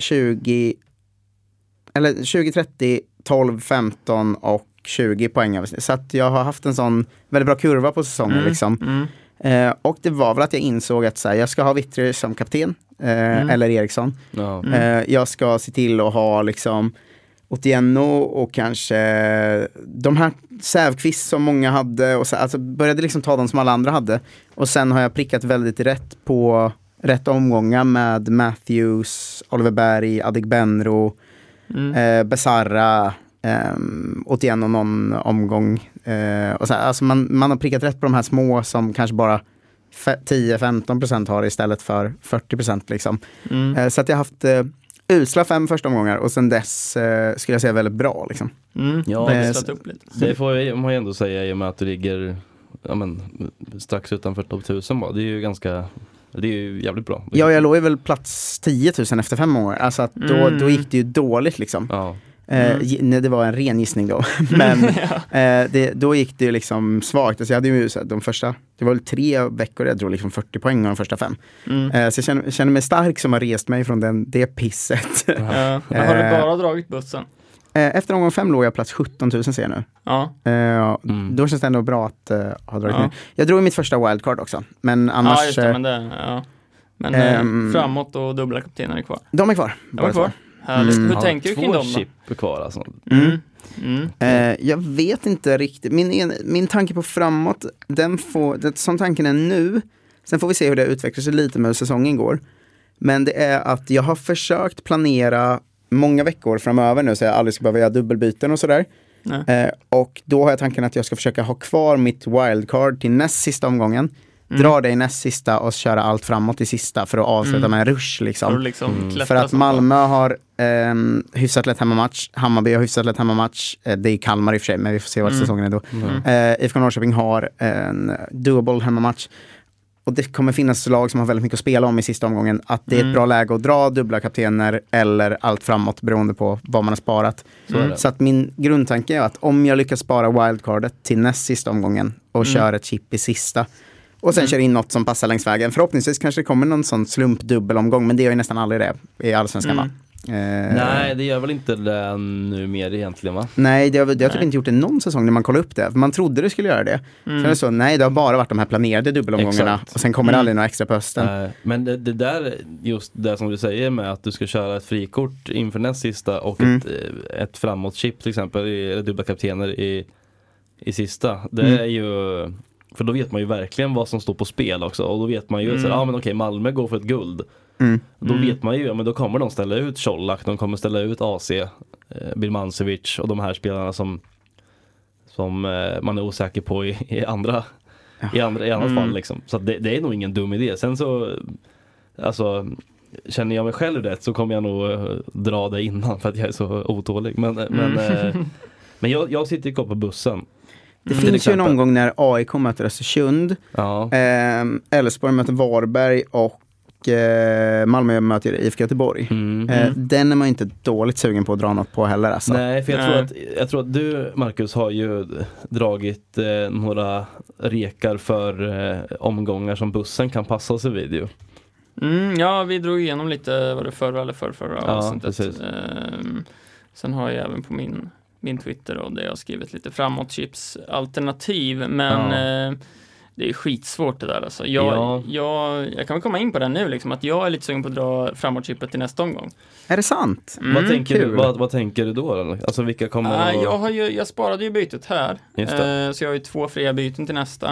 12, 15 och 20 poäng över snitt. Så att jag har haft en sån väldigt bra kurva på säsongen liksom. Och det var väl att jag insåg att så här, jag ska ha Vittry som kapten, eller Eriksson. Jag ska se till att ha liksom Otieno och kanske de här Sävqvist som många hade, och så, alltså började liksom ta dem som alla andra hade. Och sen har jag prickat väldigt rätt på rätt omgångar med Matthews, Oliver Berg, Adegbenro, Besarra, Otieno någon omgång. Och så, alltså man har prickat rätt på de här små som kanske bara 10-15% har istället för 40% liksom. Så att jag har haft utslag 5 första omgångar, och sen dess skulle jag säga väldigt bra liksom. Upp lite. Det får man ju ändå säga, i och med att du ligger strax utanför topp 1000 bara. Det är ju ganska, det är ju jävligt bra. Ja, jag låg ju väl plats 10 000 efter 5 år. Alltså att då gick det ju dåligt liksom. Nej, det var en ren gissning då. Men då gick det ju liksom svagt. Alltså jag hade ju de första, det var väl 3 veckor jag drog liksom 40 poäng av de första 5. Så jag känner mig stark som har rest mig från det pisset. Har du bara dragit bussen? Efter omgång 5 låg jag plats 17 000 ser jag nu. Då känns det ändå bra att ha dragit ner. Jag drog mitt första wildcard också. Men annars... Ja, just det, men framåt och dubbla kaptener är kvar. De är kvar. Härligt. Hur tänker du kring dem då? 2 chip kvar alltså. Jag vet inte riktigt. Min tanke på framåt, som tanken är nu, sen får vi se hur det utvecklar sig lite med hur säsongen går. Men det är att jag har försökt planera många veckor framöver nu så jag aldrig ska behöva göra dubbelbyten och sådär. Och då har jag tanken att jag ska försöka ha kvar mitt wildcard till näst sista omgången. Dra det i näst sista och köra allt framåt i sista för att avsluta med en rush liksom. För att Malmö har hyfsat lätt hemmamatch, Hammarby har hyfsat lätt hemmamatch, det är Kalmar i och för sig, men vi får se vad säsongen är då. IFK Norrköping har en doable hemmamatch. Och det kommer finnas lag som har väldigt mycket att spela om i sista omgången. Att det är ett bra läge att dra dubbla kaptener eller allt framåt beroende på vad man har sparat. Så att min grundtanke är att om jag lyckas spara wildcardet till näst sista omgången och kör ett chip i sista och sen kör in något som passar längs vägen. Förhoppningsvis kanske det kommer någon sån slumpdubbelomgång, men det gör ju nästan aldrig det i Allsvenskan va? Nej, det gör väl inte det nu mer egentligen va? Nej, det har typ inte gjort det någon säsong när man kollar upp det. Man trodde det skulle göra det. Sen är det så, nej, det har bara varit de här planerade dubbelomgångarna. Exakt. Och sen kommer det aldrig några extra på hösten. Men det där, just det som du säger med att du ska köra ett frikort inför näst sista och ett framåt-chip till exempel, eller dubbla kaptener i sista. Det är ju... För då vet man ju verkligen vad som står på spel också. Och då vet man ju men okej, Malmö går för ett guld. Då vet man ju, men då kommer de ställa ut Colak, de kommer ställa ut AC, Birmancevic och de här spelarna som man är osäker på i andra fall liksom. Så det är nog ingen dum idé. Sen så alltså, känner jag mig själv rätt så kommer jag nog dra det innan för att jag är så otålig. Men jag sitter ju kvar på bussen. Det finns ju en omgång när AIK möter Östersund, Elfsborg möter Varberg och Malmö möter IFK Göteborg. Den är man inte dåligt sugen på att dra något på heller alltså. Nej, för jag tror att du, Marcus, har ju dragit några rekar för omgångar som bussen kan passa sig vid ju. Ja, vi drog igenom lite vad det förra eller förra avsnittet. Sen har jag även på min Twitter och där jag har skrivit lite framåt-chips alternativ, men det är skitsvårt det där alltså. Jag kan väl komma in på det nu liksom, att jag är lite sugen på att dra framåt-chippet till nästa omgång. Är det sant? Vad tänker du då? Alltså vilka kommer jag sparade ju bytet här. Så jag har ju 2 fria byten till nästa.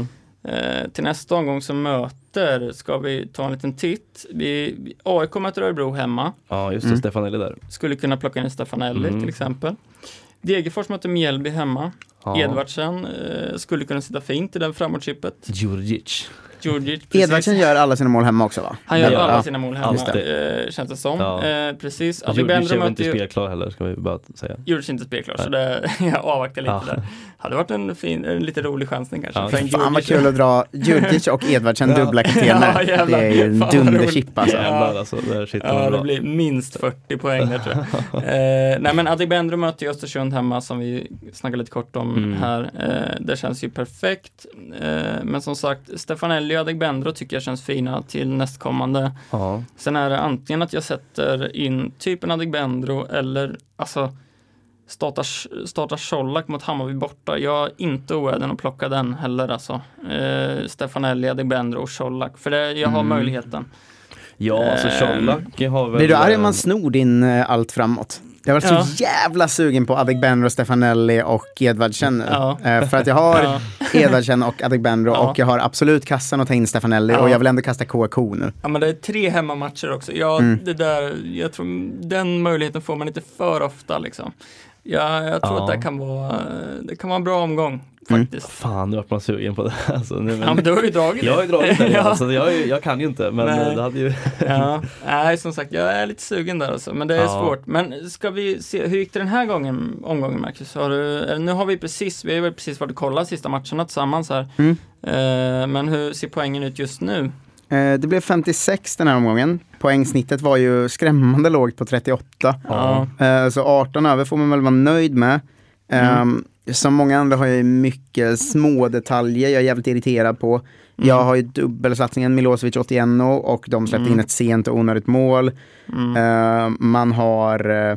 Till nästa omgång som möter ska vi ta en liten titt. AIK möter Örebro hemma. Ja, just det, Stefanelli där. Skulle kunna plocka in Stefanelli till exempel. Degerfors möter Mjällby hemma. Edvardsen skulle kunna sitta fint i den framåtchippet. Djurdjic, Edvardsen gör alla sina mål hemma också va? Han gör alla sina mål hemma, känns det som. Precis. Djurdjic är inte spelklar heller, ska vi bara säga. Djurdjic är inte spelklar, så jag avvaktar lite där. Hade varit en lite rolig chansning kanske. Fan vad kul att dra Djurdjic och Edvardsen dubbla kaptener. Det är ju en dunderchip alltså. Det blir minst 40 poäng där, tror jag. Nej, men Adegbenro möter Östersund hemma som vi snackade lite kort om här. Det känns ju perfekt. Men som sagt, Stefanelli och Adegbenro tycker jag känns fina till nästkommande. Sen är det antingen att jag sätter in typ en Adegbenro eller alltså startar Colak mot Hammarby borta. Jag är inte oäden att plocka den heller alltså. Stefanelli, Adegbenro och Colak. För jag har möjligheten. Ja, alltså Colak har väl... Blir du arg man snor din allt framåt? Jag var så jävla sugen på Adegbenro, Stefanelli och Edvardsen. För att jag har Edvardsen och Adegbenro och jag har absolut kassan att ta in Stefanelli och jag vill ändå kasta KK nu. Ja, men det är 3 hemmamatcher också. Det där, jag tror den möjligheten får man inte för ofta liksom. Jag tror att det kan vara en bra omgång faktiskt. Fan, nu är man sugen på det. Alltså, men du har ju dragit det. Jag har ju dragit det, alltså, jag kan ju inte, men det hade ju... Nej, som sagt, jag är lite sugen där alltså, men det är svårt. Men ska vi se, hur gick det den här omgången, Marcus? Nu har vi har precis varit och kollat sista matcherna tillsammans här. Men hur ser poängen ut just nu? Det blev 56 den här omgången. Poängsnittet var ju skrämmande lågt på 38. Så 18 över får man väl vara nöjd med. Som många andra har jag mycket små detaljer jag är jävligt irriterad på. Jag har ju dubbelsatsningen Milosevic 81 och de släppte in ett sent och onödigt mål. Man har...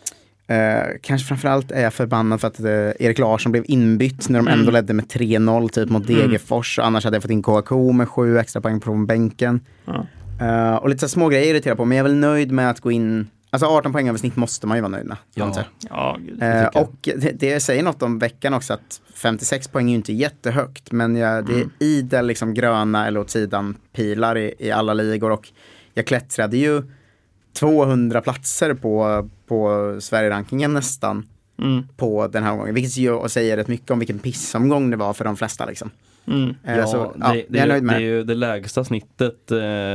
kanske framförallt är jag förbannad för att Erik Larsson blev inbytt när de ändå ledde med 3-0 typ mot Degerfors. Annars hade jag fått in KK med 7 extra poäng från bänken. Och lite så små grejer irriterar på, men jag är väl nöjd med att gå in Alltså 18 poäng över snitt måste man ju vara nöjd med. Ja. Ja, gud. Och det säger något om veckan också, att 56 poäng är ju inte jättehögt, men det är idel liksom gröna eller åt sidan pilar i alla ligor, och jag klättrade ju 200 platser på Sverige-rankingen nästan på den här omgången, vilket ju säger rätt mycket om vilken pissomgång det var för de flesta liksom. Så, det är ju det lägsta snittet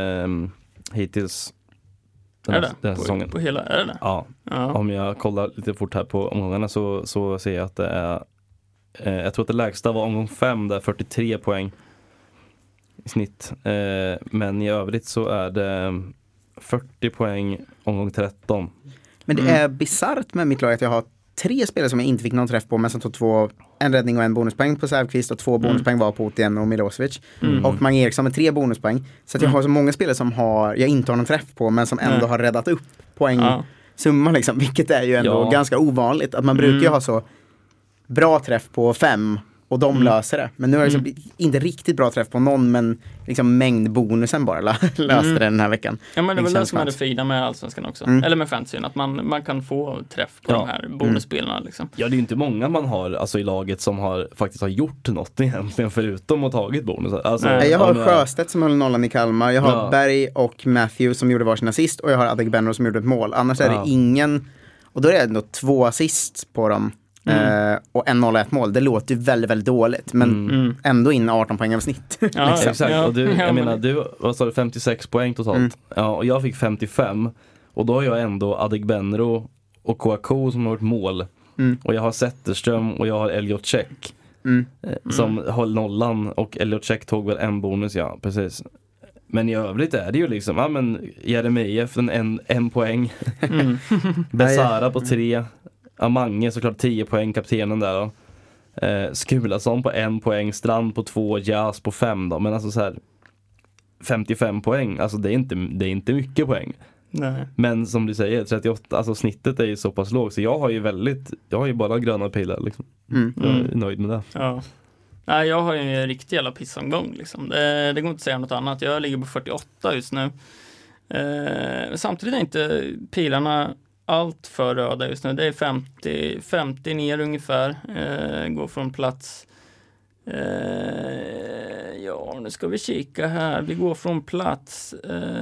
hittills den här säsongen. På hela, är det? Ja. Om jag kollar lite fort här på omgångarna så ser jag att det är jag tror att det lägsta var omgång 5 där 43 poäng i snitt. Men i övrigt så är det 40 poäng omgång 13. Men det är bizarrt med mitt lag att jag har 3 spelare som jag inte fick någon träff på, men som tog en räddning och en bonuspoäng på Säfqvist, och 2 bonuspoäng var på Otien och Milosevic. Och Mange Eriksson med 3 bonuspoäng. Så att jag har så många spelare som jag inte har någon träff på, men som ändå har räddat upp poängsumma liksom, vilket är ju ändå ganska ovanligt. Att man brukar ju ha så bra träff på 5 och de löser det. Men nu har jag inte riktigt bra träff på någon, men liksom mängdbonusen bara löste det den här veckan. Ja, men det var det som är det fina med Allsvenskan också. Eller med fantasyn, att man kan få träff på de här bonusspelarna liksom. Ja, det är ju inte många man har alltså i laget som faktiskt har gjort något egentligen förutom att tagit bonus. Alltså, jag har Sjöstedt som höll nollan i Kalmar. Jag har Berg och Matthew som gjorde varsin assist, och jag har Adegbenro som gjorde ett mål. Annars är det ingen, och då är det ändå 2 assist på dem. Och 1-0-1 mål, det låter ju väldigt, väldigt dåligt, men ändå in 18 poäng över snitt. Exakt, och du, vad sa du, 56 poäng totalt. Ja, och jag fick 55, och då har jag ändå Adegbenro och Kouakou som har gjort mål, och jag har Zetterström och jag har Elliot Check som höll nollan, och Elliot Check tog väl en bonus, ja, precis. Men i övrigt är det ju liksom, men Jeremejeff en poäng, Besara på 3, Mange såklart 10 poäng, kaptenen där då. Skulason på 1 poäng, Strand på 2, Jas på 5 då. Men alltså så här 55 poäng, alltså det är inte mycket poäng. Nej. Men som du säger, 38, alltså snittet är ju så pass lågt, så jag har ju bara gröna pilar liksom. Jag är nöjd med det. Ja. Nej, jag har ju en riktig jävla pissomgång liksom. Det går inte att säga något annat. Jag ligger på 48 just nu. Samtidigt är inte pilarna allt för röda just nu. Det är 50 ner ungefär. Går från plats. Nu ska vi kika här. Vi går från plats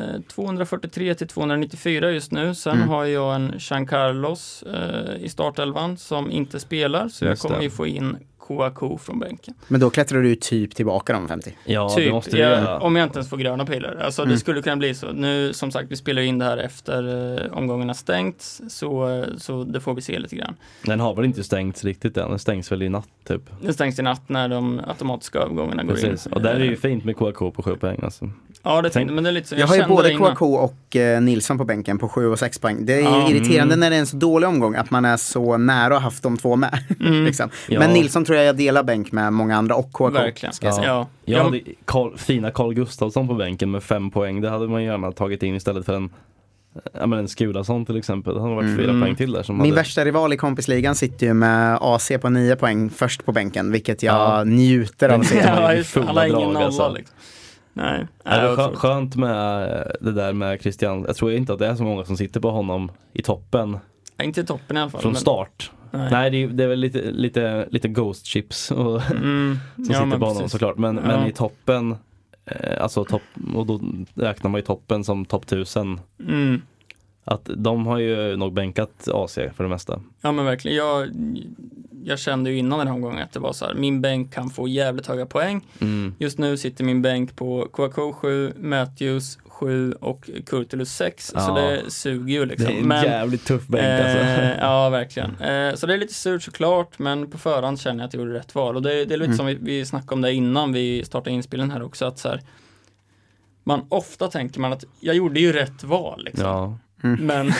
243 till 294 just nu. Sen har jag en Jean Carlos i startelvan som inte spelar. Så jag kommer ju få in Kouakou från bänken. Men då klättrar du ju typ tillbaka de 50. Ja, typ, det måste du göra. Om jag inte ens får gröna pilar. Alltså det skulle kunna bli så. Nu som sagt, vi spelar in det här efter omgångarna stängts. Så det får vi se lite grann. Den har väl inte stängts riktigt än. Den stängs väl i natt typ. Den stängs i natt när de automatiska övergångarna går in. Och där är det ju fint med Kouakou på 7 poäng alltså. Ja, det tänkte, men det är lite så. Jag har ju både Kouakou och Nilsson på bänken på 7 och 6 poäng. Det är ju irriterande när det är en så dålig omgång att man är så nära att ha haft de 2 med. Liksom. Men Nilsson tror jag delar bänk med många andra, och Kouakou. Verkligen. Ska jag säga. Jag hade fina Carl Gustafsson på bänken med 5 poäng. Det hade man gärna tagit in istället för en Skulason till exempel. Det hade varit 4 poäng till där. Min värsta rival i kompisligan sitter ju med AC på 9 poäng först på bänken, vilket jag njuter av att se. Alla ingen nolla liksom. Nej. Det är skönt med det där med Christian. Jag tror inte att det är så många som sitter på honom i toppen. Inte i toppen i alla fall. Från start. Nej, det är väl lite ghost chips som sitter på honom såklart. Men i toppen, alltså och då räknar man ju toppen som topp 1000. Att de har ju nog bänkat AC för det mesta. Ja, men verkligen. Jag kände ju innan den här omgången att det var så här, min bänk kan få jävligt höga poäng. Just nu sitter min bänk på Kouakou 7, Matthews 7 och Kurtulus 6. Så det suger ju liksom. Det är en jävligt tuff bänk alltså. Ja, verkligen. Så det är lite surt såklart, men på förhand känner jag att jag gjorde rätt val. Och det är lite som vi snackade om det innan vi startade inspelen här också, att så här, man ofta tänker man att jag gjorde ju rätt val liksom. Ja. Men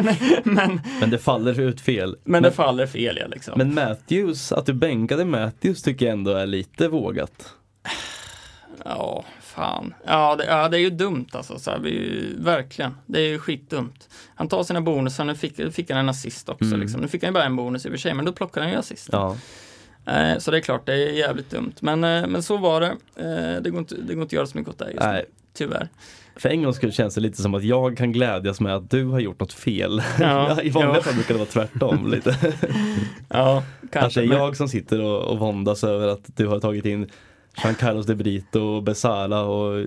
det faller ut fel. Men det faller fel, ja, liksom. Men Matthews, att du bänkade Matthews tycker jag ändå är lite vågat. Ja, fan. Ja, det är ju dumt alltså. Så här, verkligen. Det är ju skitdumt. Han tar sina bonusar. Nu fick han en assist också. Liksom. Nu fick han ju bara en bonus i och för sig, men då plockar han ju assist. Ja. Så det är klart, det är jävligt dumt. Men så var det. Det går inte att göra så mycket åt det just nu. Nej, tyvärr. För en gång skulle känns det lite som att jag kan glädjas med att du har gjort något fel. Ja, I vanliga fall brukar det vara tvärtom lite. Ja, Att kanske. det är jag som sitter och våndas över att du har tagit in Jean Carlos de Brito, Besala och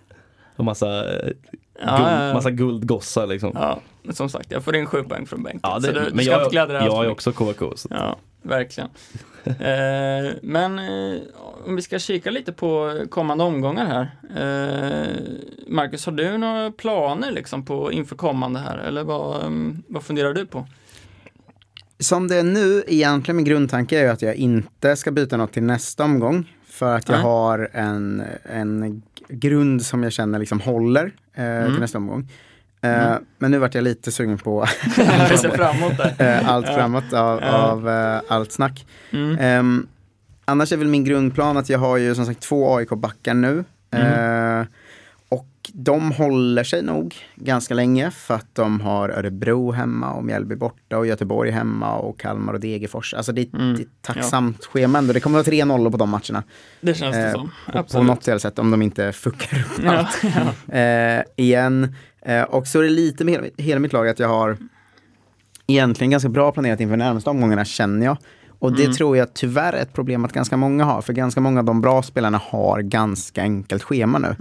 massa guldgossar liksom. Ja, men som sagt, jag får in 7 poäng från bänken. Ja, så du ska inte glädja dig. Jag är också KK. Så. Ja, verkligen. Men om vi ska kika lite på kommande omgångar här. Marcus, har du några planer liksom på inför kommande här? Eller vad funderar du på? Som det är nu, egentligen min grundtanke är ju att jag inte ska byta något till nästa omgång. För att jag har en grund som jag känner liksom håller till nästa omgång. Men nu vart jag lite sugen på allt framåt av allt snack. Annars är väl min grundplan att jag har ju som sagt 2 AIK-backar nu. Och de håller sig nog ganska länge för att de har Örebro hemma och Mjällby borta och Göteborg hemma och Kalmar och Degerfors. Alltså det är ett tacksamt schema ändå. Det kommer att vara 3-0 på de matcherna. Det känns det som. På något jävla sätt om de inte fuckar upp allt. Igen. Och så är det lite med hela mitt lag att jag har egentligen ganska bra planerat inför närmaste omgångarna, känner jag. Och det tror jag tyvärr är ett problem att ganska många har. För ganska många av de bra spelarna har ganska enkelt schema nu.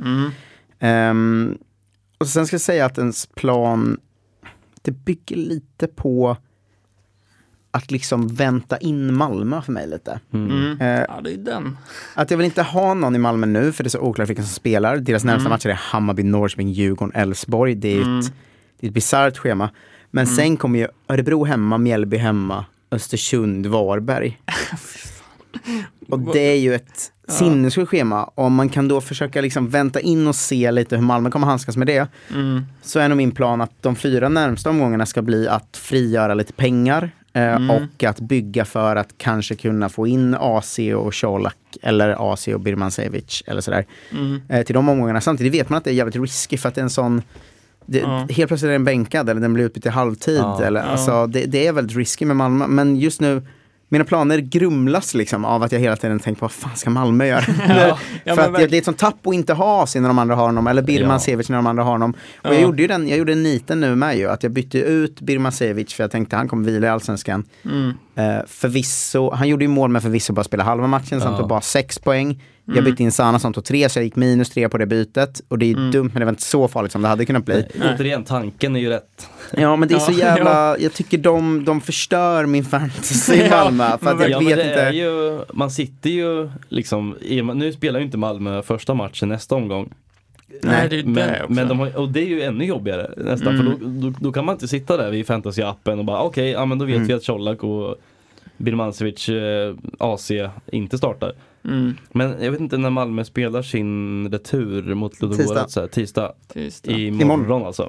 Och sen ska jag säga att ens plan, det bygger lite på att liksom vänta in Malmö för mig lite. Ja, det är den. Att jag vill inte ha någon i Malmö nu för det är så oklart vilka som spelar. Deras närmsta matcher är Hammarby, Norrköping, Djurgården, Elfsborg. Det är ett bisarrt schema. Men sen kommer ju Örebro hemma, Mjällby hemma, Östersund, Varberg. Och det är ju ett sinnessjukt schema. Om man kan då försöka liksom vänta in och se lite hur Malmö kommer handskas med det. Så är nog min plan att de 4 närmsta omgångarna ska bli att frigöra lite pengar. Och att bygga för att kanske kunna få in AC och Colak eller AC och Birmancevic eller sådär till de omgångarna. Samtidigt vet man att det är jävligt risky för att det är en sån helt plötsligt är den bänkad eller den blir utbytt i halvtid eller, alltså, det är väldigt risky med Malmö, men just nu mina planer grumlas liksom av att jag hela tiden tänker på vad fan ska Malmö göra? För att det är ett sånt tapp att inte ha AC när de andra har honom eller Birmancevic när de andra har honom. Och jag gjorde en niten nu med ju att jag bytte ut Birmancevic för jag tänkte han kommer vila i Allsvenskan. Förvisso, han gjorde ju mål med förvisso bara spela halva matchen så han tog bara 6 poäng. Jag bytte in Sana som tog 3 så jag gick -3 på det bytet. Och det är dumt men det var inte så farligt som det hade kunnat bli. Återigen, tanken är ju rätt. Ja men det är så jävla, jag tycker de förstör min fantasy i Malmö. För att jag vet inte. Är ju, man sitter ju liksom, nu spelar ju inte Malmö första matchen nästa omgång. Nej, det är det också. Men och det är ju ännu jobbigare nästan. För då kan man inte sitta där vid fantasy-appen och bara okej, men då vet vi att Colak och Birmancevic AC inte startar. Men jag vet inte när Malmö spelar sin retur mot Ludogorets tisdag. Imorgon alltså.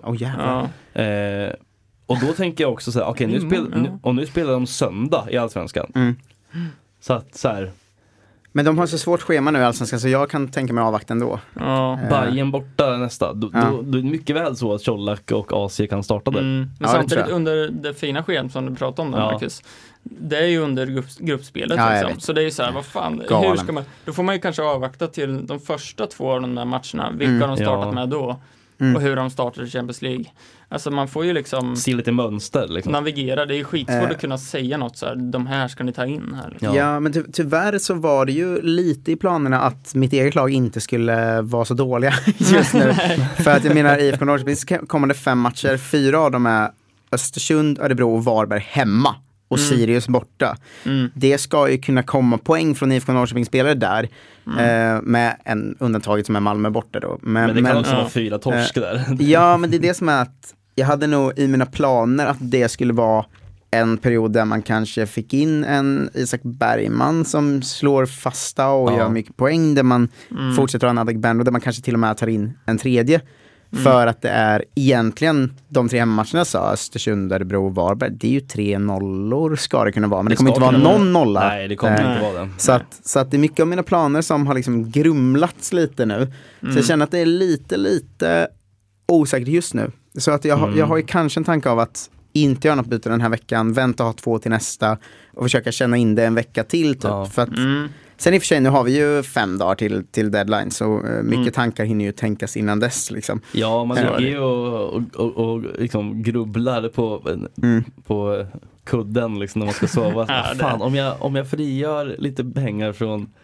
Och då tänker jag också så här, okej, nu spelar de söndag i Allsvenskan. Så att så här. Men de har så svårt schema nu i Allsvenskan så jag kan tänka mig avvakta ändå. Bayern borta nästa. Då är det mycket väl så att Colak och AC kan starta där. Men samtidigt under det fina schemat som du pratade om där, Marcus. Det är ju under gruppspelet liksom. Så det är ju så här, vad fan, hur ska man, då får man ju kanske avvakta till de första 2 av de där matcherna. Vilka har de startat med då? Och hur de startar i Champions League. Alltså man får ju liksom se lite mönster liksom. Navigera, det är ju skitsvårt att kunna säga något så här, de här ska ni ta in här liksom. Ja men tyvärr så var det ju lite i planerna att mitt eget lag inte skulle vara så dåliga just nu. För att jag menar IFK Norrköping kommande 5 matcher, 4 av dem är Östersund, Örebro och Varberg hemma. Och Sirius borta. Det ska ju kunna komma poäng från IFK Norrköping-spelare där. Med en undantaget som är Malmö borta då. Men det kan också vara 4 torsk där. Ja, men det är det som är att jag hade nog i mina planer att det skulle vara en period där man kanske fick in en Isak Bergman som slår fasta och gör mycket poäng. Där man fortsätter ha en Adegbenro där man kanske till och med tar in en tredje. För att det är egentligen de 3 hemmamatcherna sa Östersund, Örebro och Varberg. Det är ju 3 nollor ska det kunna vara. Men det kommer inte vara någon nolla. Nej, det kommer inte vara det. Så att det är mycket av mina planer som har liksom grumlats lite nu. Så jag känner att det är lite osäkert just nu. Så att jag har ju kanske en tanke av att inte göra något byte den här veckan, vänta och ha 2 till nästa och försöka känna in det en vecka till typ. Ja. För att, sen i och för sig, nu har vi ju 5 dagar till deadline, så mycket tankar hinner ju tänkas innan dess liksom. Ja, man ligger ju och liksom grubblar på kudden liksom när man ska sova. Fan, om jag frigör lite pengar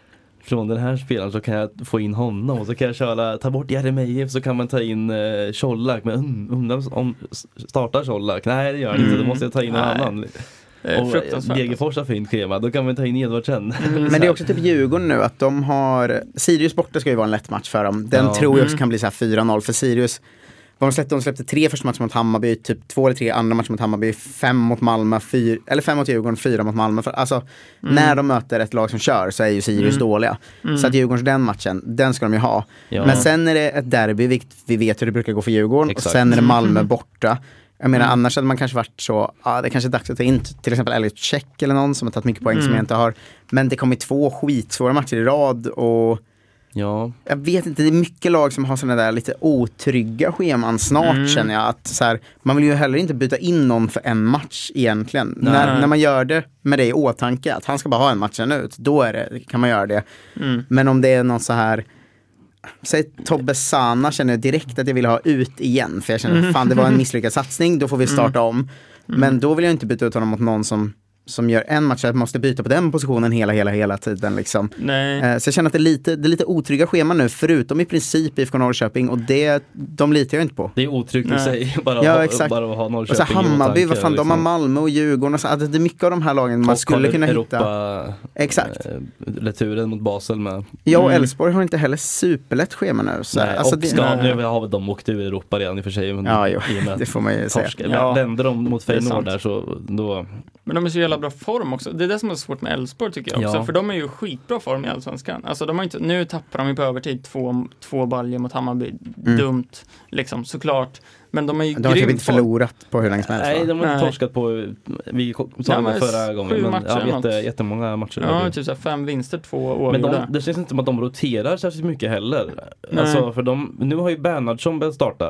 från den här spelaren så kan jag få in honom, och så kan jag ta bort Jeremejeff, så kan man ta in Colak, men om startar Colak, nej det gör han inte, då måste jag ta in en annan. Och Degerfors har fint schema, då kan man ta in Edvardsen. Men det är också typ Djurgården nu, att de har Sirius borta ska ju vara en lätt match för dem. Den tror jag också kan bli så här 4-0 för Sirius. De släppte 3 första matcher mot Hammarby, typ 2 eller 3 andra matcher mot Hammarby, 5 mot Malmö, 5 mot Djurgården, 4 mot Malmö. Alltså, när de möter ett lag som kör så är ju Sirius dåliga. Så att Djurgårdens den matchen, den ska de ju ha. Ja. Men sen är det ett derby, vilket vi vet hur det brukar gå för Djurgården. Exakt. Och sen är det Malmö borta. Jag menar, annars hade man kanske varit så, det kanske är dags att ta in till exempel Elliot Check eller någon som har tagit mycket poäng som jag inte har. Men det kommer 2 skitsvåra matcher i rad och jag vet inte, det är mycket lag som har sådana där lite otrygga scheman snart känner jag. Att så här, man vill ju heller inte byta in någon för en match egentligen. När man gör det med det i åtanke, att han ska bara ha en match ut, då kan man göra det. Men om det är någon så här, säg Tobbe Sana, känner jag direkt att jag vill ha ut igen, för jag känner fan det var en misslyckad satsning, då får vi starta om. Men då vill jag inte byta ut honom mot någon som gör en match, att man måste byta på den positionen hela tiden liksom. Så jag känner att det är lite otrygga scheman nu, förutom i princip IFK Norrköping, och de litar jag inte på. Det är otryggt i sig, bara att ha Norrköping. Och så Hammarby, vad fan, de har Malmö och Djurgården och så, alltså, det är mycket av de här lagen man skulle kunna hitta. Exakt. Returen mot Basel med. Ja, och Elfsborg har inte heller superlätt schema nu. Så, nej, alltså, nu har vi de åkt ur Europa redan i och för sig. Det får man ju säga. Vänder de mot Feyenoord där så då... Men de är så jävla bra form också. Det är det som är svårt med Elfsborg tycker jag också. För de är ju skitbra form i Allsvenskan. Alltså de har inte, nu tappar de ju på övertid 2 baljer mot Hammarby. Dumt, liksom, såklart. Men de är ju de har typ inte förlorat på hur länge som helst. Nej, de har inte torskat på, vi sa det förra gången. 7 matcher. Jättemånga matcher. Ja, typ så 5 vinster, 2 oavgjorda. Men det känns inte som att de roterar särskilt mycket heller. Alltså, för nu har ju Bernhardsson börjat starta.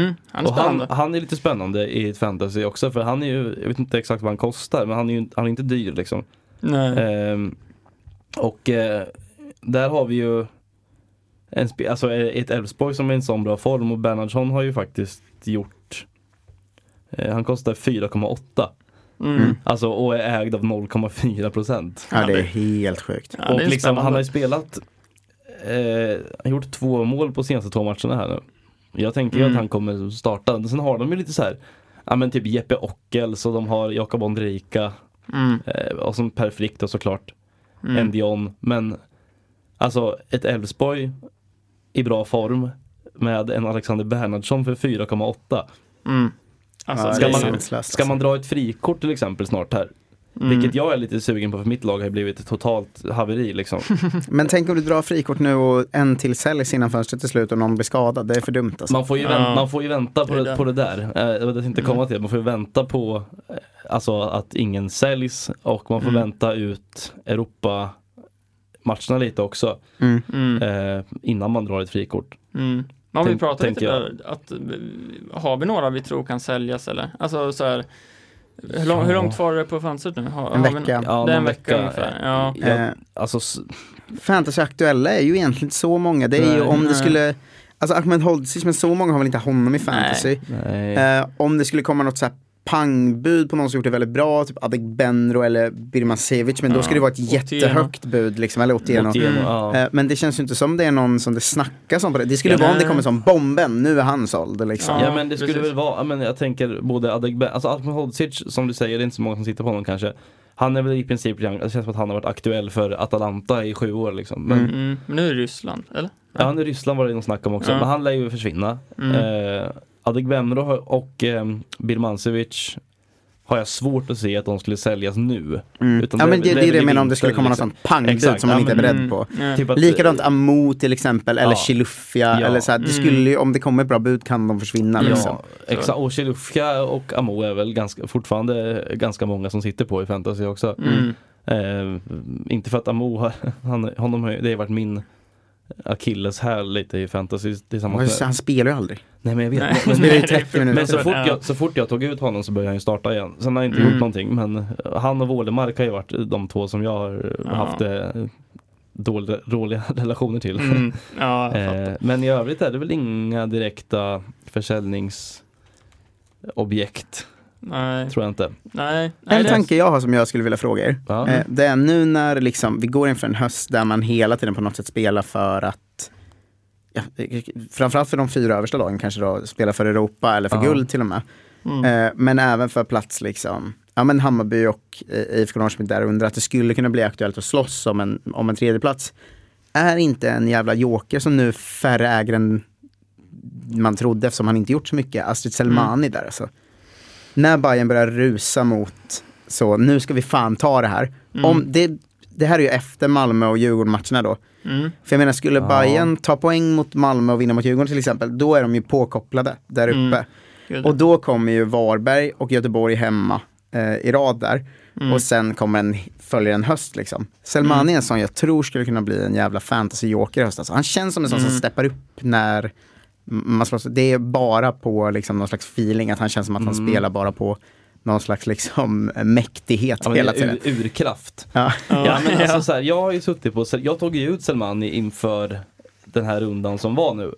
Han är lite spännande i ett fantasy också, för han är ju, jag vet inte exakt vad han kostar, men han är inte dyr liksom. Där har vi ju ett Elfsborg som är i en sån bra form, och Bernhardsson har ju faktiskt gjort han kostar 4,8 alltså, och är ägd av 0,4%. Ja, det är helt sjukt. Ja, och liksom, han har ju spelat gjort 2 mål på senaste 2 matcherna här nu. Jag tänker ju att han kommer starta. Sen har de ju lite så här, men typ Jeppe Ockel, så de har Jakob Ondrejka och som Per Frick och såklart Endion. Men alltså ett Elfsborg i bra form med en Alexander Bernhardsson för 4,8. Alltså, ska man dra ett frikort till exempel snart här? Vilket jag är lite sugen på, för mitt lag har blivit ett totalt haveri liksom. Men tänk om du drar frikort nu och en till säljs innan fönstret till slut och någon blir skadad. Det är för dumt alltså. Man får ju vänta på det där. Jag vet inte komma till. Man får ju vänta på alltså, att ingen säljs, och man får vänta ut Europa matcherna lite också innan man drar ett frikort. Man vill prata lite där, att har vi några vi tror kan säljas eller? Alltså så här, hur långt var det på fönstret nu? En vecka. Det är en vecka ungefär. Alltså, Fantasy aktuella är ju egentligen inte så många. Det är ju om det skulle, alltså Ahmed Hodzic, men så många har väl inte honom i fantasy. Om det skulle komma något så här pangbud på någon som gjort det väldigt bra, typ Adegbenro eller Birmancevic, men då skulle det vara ett jättehögt bud liksom, eller Otieno. Men det känns ju inte som det är någon som det snackas om på det. Det skulle vara om det kommer som bomben, nu är han såld liksom. Ja, men det skulle väl vara, men jag tänker både Adegbenro, alltså Ahmed Hodzic, som du säger, det är inte så många som sitter på honom kanske. Han är väl i princip, det känns som att han har varit aktuell för Atalanta i 7 år liksom. Men nu är det Ryssland, eller? Ja, nu är Ryssland var det någon snack om också, men han lär ju försvinna. Adegbenro och Birmancevic har jag svårt att se att de skulle säljas nu. Utan men det är det jag menar, om det skulle komma liksom något sånt pangbud som man inte är beredd på. Typ likadant Amo till exempel, eller Chilufya, eller så här, det skulle ju, om det kommer ett bra bud kan de försvinna. Liksom. Exakt, och Chilufya och Amo är väl fortfarande ganska många som sitter på i fantasy också. Inte för att Amo, det har varit min Achilles här lite i fantasy tillsammans med. Han spelar ju aldrig. Nej, men jag vet. Han spelar ju 30 minuter. Men så fort jag tog ut honom så började han ju starta igen. Sen har jag inte gjort någonting, men han och Wålemark har ju varit de två som jag har haft dåliga relationer till. Ja, men i övrigt är det väl inga direkta försäljningsobjekt. Nej. Tror jag inte. Nej, En tanke jag har som jag skulle vilja fråga er. Ja. Det är nu när liksom, vi går inför en höst där man hela tiden på något sätt spelar för att framförallt för de 4 översta lagen kanske då spela för Europa eller för guld till och med. Men även för plats liksom. Ja, men Hammarby och IFK Norrköping där under att det skulle kunna bli aktuellt att slåss om en tredje plats. Är inte en jävla joker som nu färre äger än man trodde eftersom han inte gjort så mycket. Astrid Selmani där alltså. När Bayern börjar rusa mot så nu ska vi fan ta det här. Om det här är ju efter Malmö och Djurgården-matcherna då. För jag menar, skulle Bayern ta poäng mot Malmö och vinna mot Djurgården till exempel, då är de ju påkopplade där uppe. Och då kommer ju Varberg och Göteborg hemma i rad där. Och sen följer en höst liksom. Selmani är en sån jag tror skulle kunna bli en jävla fantasy-joker i höst. Alltså, han känns som en sån som steppar upp när man slåss. Det är bara på liksom någon slags feeling att han känns som att han spelar bara på någon slags liksom mäktighet hela tiden. Urkraft. Ja, men alltså så här, jag har ju suttit på, jag tog ju ut Selmani inför den här rundan som var nu.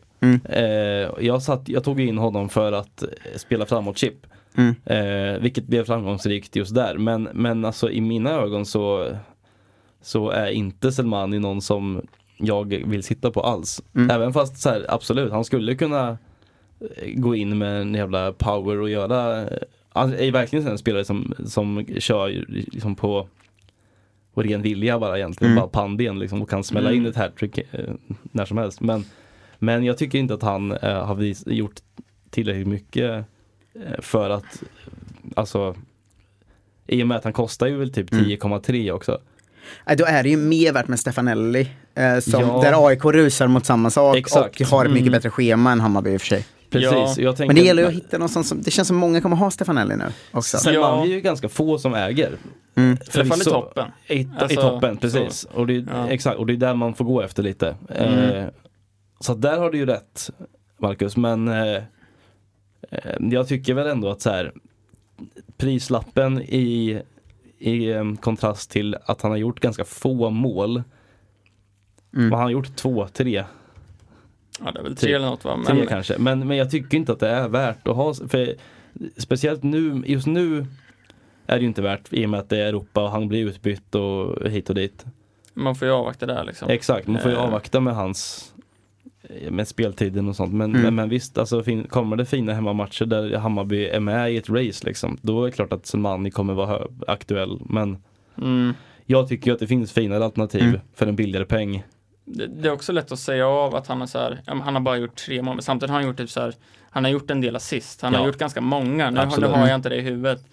Jag tog in honom för att spela framåt chip. Vilket blev framgångsrikt just där. Men alltså i mina ögon så är inte Selmani någon som jag vill sitta på alls. Även fast så här, absolut, han skulle kunna gå in med en jävla power och göra. Han är verkligen en spelare som kör liksom på ren vilja bara egentligen, bara pannben liksom, och kan smälla in ett hattrick när som helst. Men jag tycker inte att han har gjort tillräckligt mycket för att, alltså, i och med att han kostar ju väl typ 10,3 också. Då är det ju mer värt med Stefanelli där AIK rusar mot samma sak. Exakt. Och har ett mycket bättre schema än Hammarby i och för sig. Precis. Ja. Men det gäller ju att hitta någon som, det känns som många kommer ha Stefanelli nu också. Sen är ju ganska få som äger. I alla fall i toppen. I toppen, precis. Och det, exakt, och det är där man får gå efter lite. Så där har du ju rätt, Marcus. Men jag tycker väl ändå att så här, prislappen i kontrast till att han har gjort ganska få mål. Och han har gjort 2-3. Ja, det är väl 3 eller något, va? 3 kanske. Men jag tycker inte att det är värt att ha. För speciellt nu, just nu är det ju inte värt i och med att det är Europa och han blir utbytt och hit och dit. Man får ju avvakta där liksom. Exakt, man får ju avvakta med speltiden och sånt. Men visst, alltså, kommer det fina hemmamatcher där Hammarby är med i ett race liksom, då är det klart att Selmani kommer vara aktuell. Men jag tycker ju att det finns finare alternativ för en billigare peng. Det är också lätt att säga av att han är så här, han har bara gjort 3 mål, men samtidigt har han gjort typ så här, han har gjort en del assist, han har gjort ganska många, nu har jag inte det i huvudet.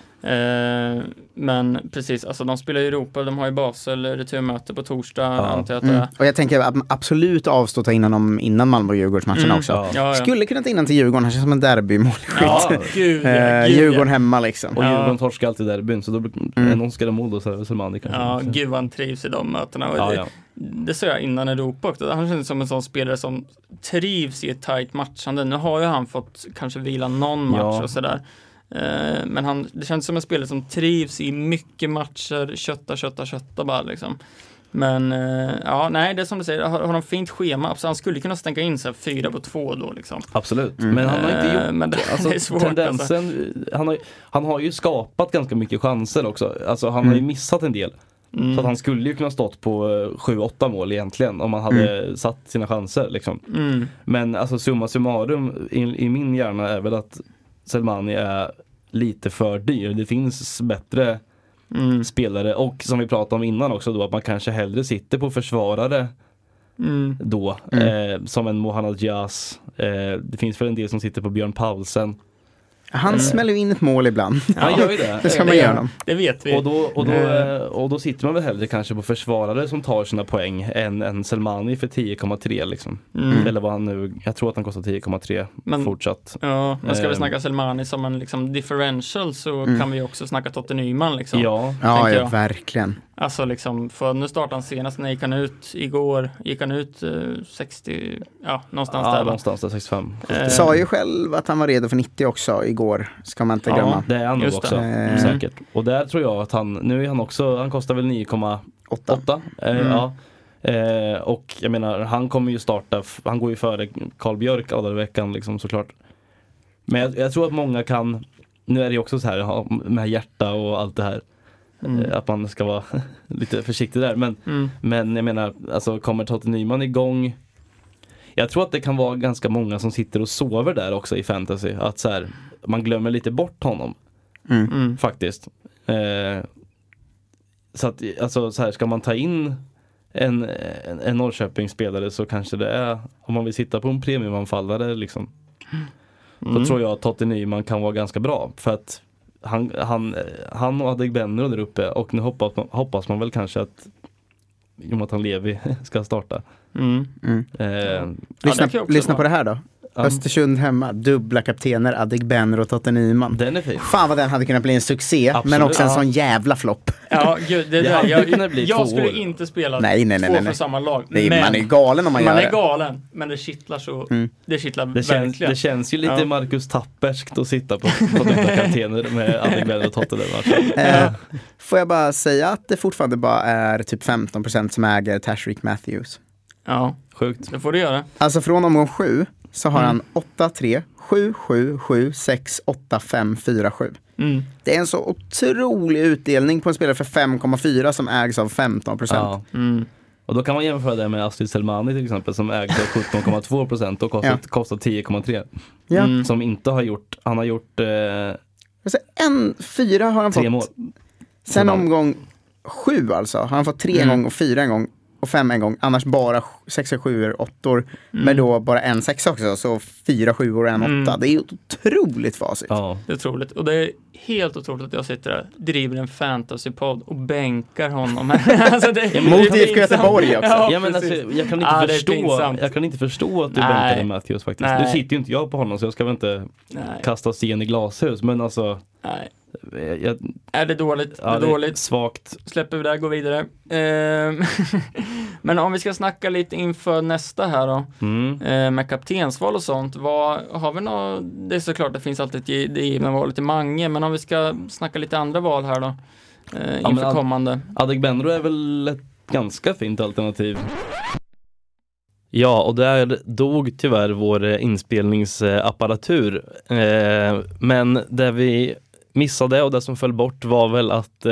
Men precis, alltså de spelar i Europa, de har ju Basel returmöte på torsdag, antar jag att det är. Och jag tänker absolut avstå ta innan Malmö och Djurgårdsmatcherna också. Skulle kunna ta innan till Djurgården, han känns som en derbymålskytt. Djurgården hemma liksom. Och Djurgården torskar alltid derbyn, så då är någon ska mål då så är det Selmani kanske. Ja, gud han trivs i de mötena. Och det sa jag innan Europa också. Han känns som en sån spelare som trivs i ett tajt matchande. Nu har ju han fått kanske vila någon match och sådär. Men det känns som en spelare som trivs i mycket matcher, kötta bara liksom. Men nej, det är som du säger, har de fint schema, så han skulle kunna stänka in sig 4-2 då liksom. Absolut, men han har inte gjort men det är svårt, tendensen, alltså. Han har ju skapat ganska mycket chanser också. Alltså han har ju missat en del. Så att han skulle ju kunna stått på 7-8 mål egentligen om han hade satt sina chanser liksom. Men alltså summa summarum i min hjärna är väl att Selmani är lite för dyr. Det finns bättre spelare, och som vi pratade om innan också då, att man kanske hellre sitter på försvarare då, som en Mohamed Diaz. Det finns väl en del som sitter på Björn Paulsen. Han smäller in ett mål ibland. Han gör ju det. Det ska man göra. Det vet vi. Och då sitter man väl hellre kanske på försvarare som tar sina poäng än Selmani för 10,3 liksom. Eller vad han nu, jag tror att han kostar 10,3 fortsatt. Ja, men ska vi snacka Selmani som en liksom differential, så kan vi också snacka Totte Nyman liksom. Ja, verkligen. Alltså liksom, för nu startade han senast när gick han ut igår, 60, någonstans där. Ja, någonstans där, 65. Sa ju själv att han var redo för 90 också igår, ska man inte glömma. Det är han nog också, säkert. Och där tror jag att nu är han också, han kostar väl 9,8. Och jag menar, han kommer ju starta, han går ju före Carl Björk alla veckan liksom, såklart. Men jag tror att många kan, nu är det ju också så här med hjärta och allt det här. Att man ska vara lite försiktig där. Men jag menar, alltså kommer Totte Nyman igång, jag tror att det kan vara ganska många som sitter och sover där också i fantasy. Att så här, man glömmer lite bort honom. Faktiskt. Så att, alltså så här, ska man ta in en Norrköpingsspelare så kanske det är, om man vill sitta på en premiumanfallare liksom. Så tror jag att Totte Nyman kan vara ganska bra. För att han och Adegbenro där uppe, och nu hoppas man väl kanske att Jonathan Levi ska starta. Lyssna på det här då. Östersund hemma, dubbla kaptener Adegbenro och Totte Nyman. Den är fin. Fan vad den hade kunnat bli en succé. Absolut. Men också en sån jävla flopp. Ja, gud, jag skulle inte spela två för samma lag. Nej, man är galen om man gör det. Man är galen, men det kittlar så. Det kittlar verkligen. Det känns ju lite Marcus Tapperskt att sitta på dubbla kaptener med Adegbenro och Totte där. Får jag bara säga att det fortfarande bara är typ 15% som äger Tashreeq Matthews. Ja, sjukt. Det får du göra. Alltså från omgång 7 så har han 8-3, 7-7-7, 6-8-5, 4-7. Det är en så otrolig utdelning på en spelare för 5,4 som ägs av 15%. Ja. Och då kan man jämföra det med Astrid Selmani till exempel, som ägde 17,2% och kostar 10,3. Som inte har gjort, han har gjort 4 har han 3 fått. mål. Sen omgång 7 alltså, har han fått 3 en gång och 4 en gång och 5 en gång, annars bara 6, 7, 8, men då bara en 6 också, så 4, 7 och en 8. Det är ju ett otroligt facit. Ja. Det är otroligt, och det är helt otroligt att jag sitter där, driver en fantasypodd och bänkar honom här. Alltså mot IFK Göteborg också. Ja, men alltså, jag kan inte förstå att du bänkade Matthews faktiskt. Nu sitter ju inte jag på honom, så jag ska väl inte kasta sten i glashus, men alltså är det dåligt? Ja, det är dåligt. Svagt. Släpper vi där, går vidare. Men om vi ska snacka lite inför nästa här då, med kaptensval och sånt, har vi något? Det är såklart, det finns alltid det givna valet i Mange, men om vi ska snacka lite andra val här då, inför kommande. Adegbenro är väl ett ganska fint alternativ. Ja, och där dog tyvärr vår inspelningsapparatur. Men det vi missade och det som föll bort var väl att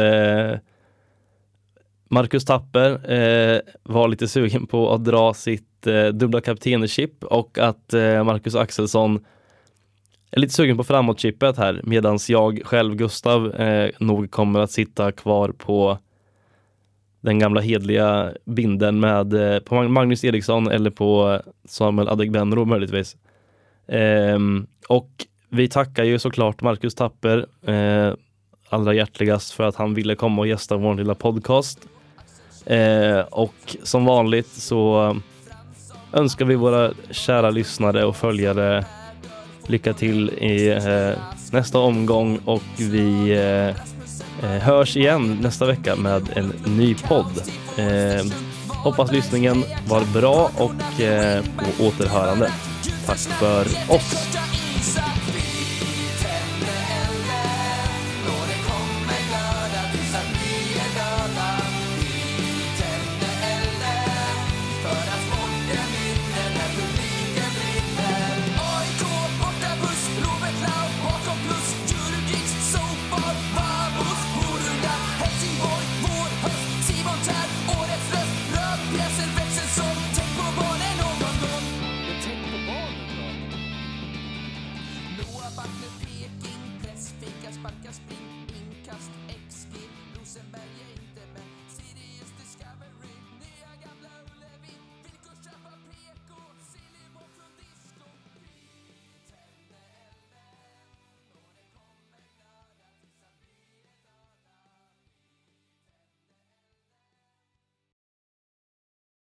Marcus Tapper var lite sugen på att dra sitt dubbla kaptenerchip, och att Marcus Axelsson är lite sugen på framåtchippet här, medans jag själv, Gustav, nog kommer att sitta kvar på den gamla hedliga binden med på Magnus Eriksson eller på Samuel Adegbenro möjligtvis. Och vi tackar ju såklart Marcus Tapper allra hjärtligast för att han ville komma och gästa vår lilla podcast. Och som vanligt så önskar vi våra kära lyssnare och följare lycka till i nästa omgång, och vi hörs igen nästa vecka med en ny podd. Hoppas lyssningen var bra och på återhörande. Tack för oss.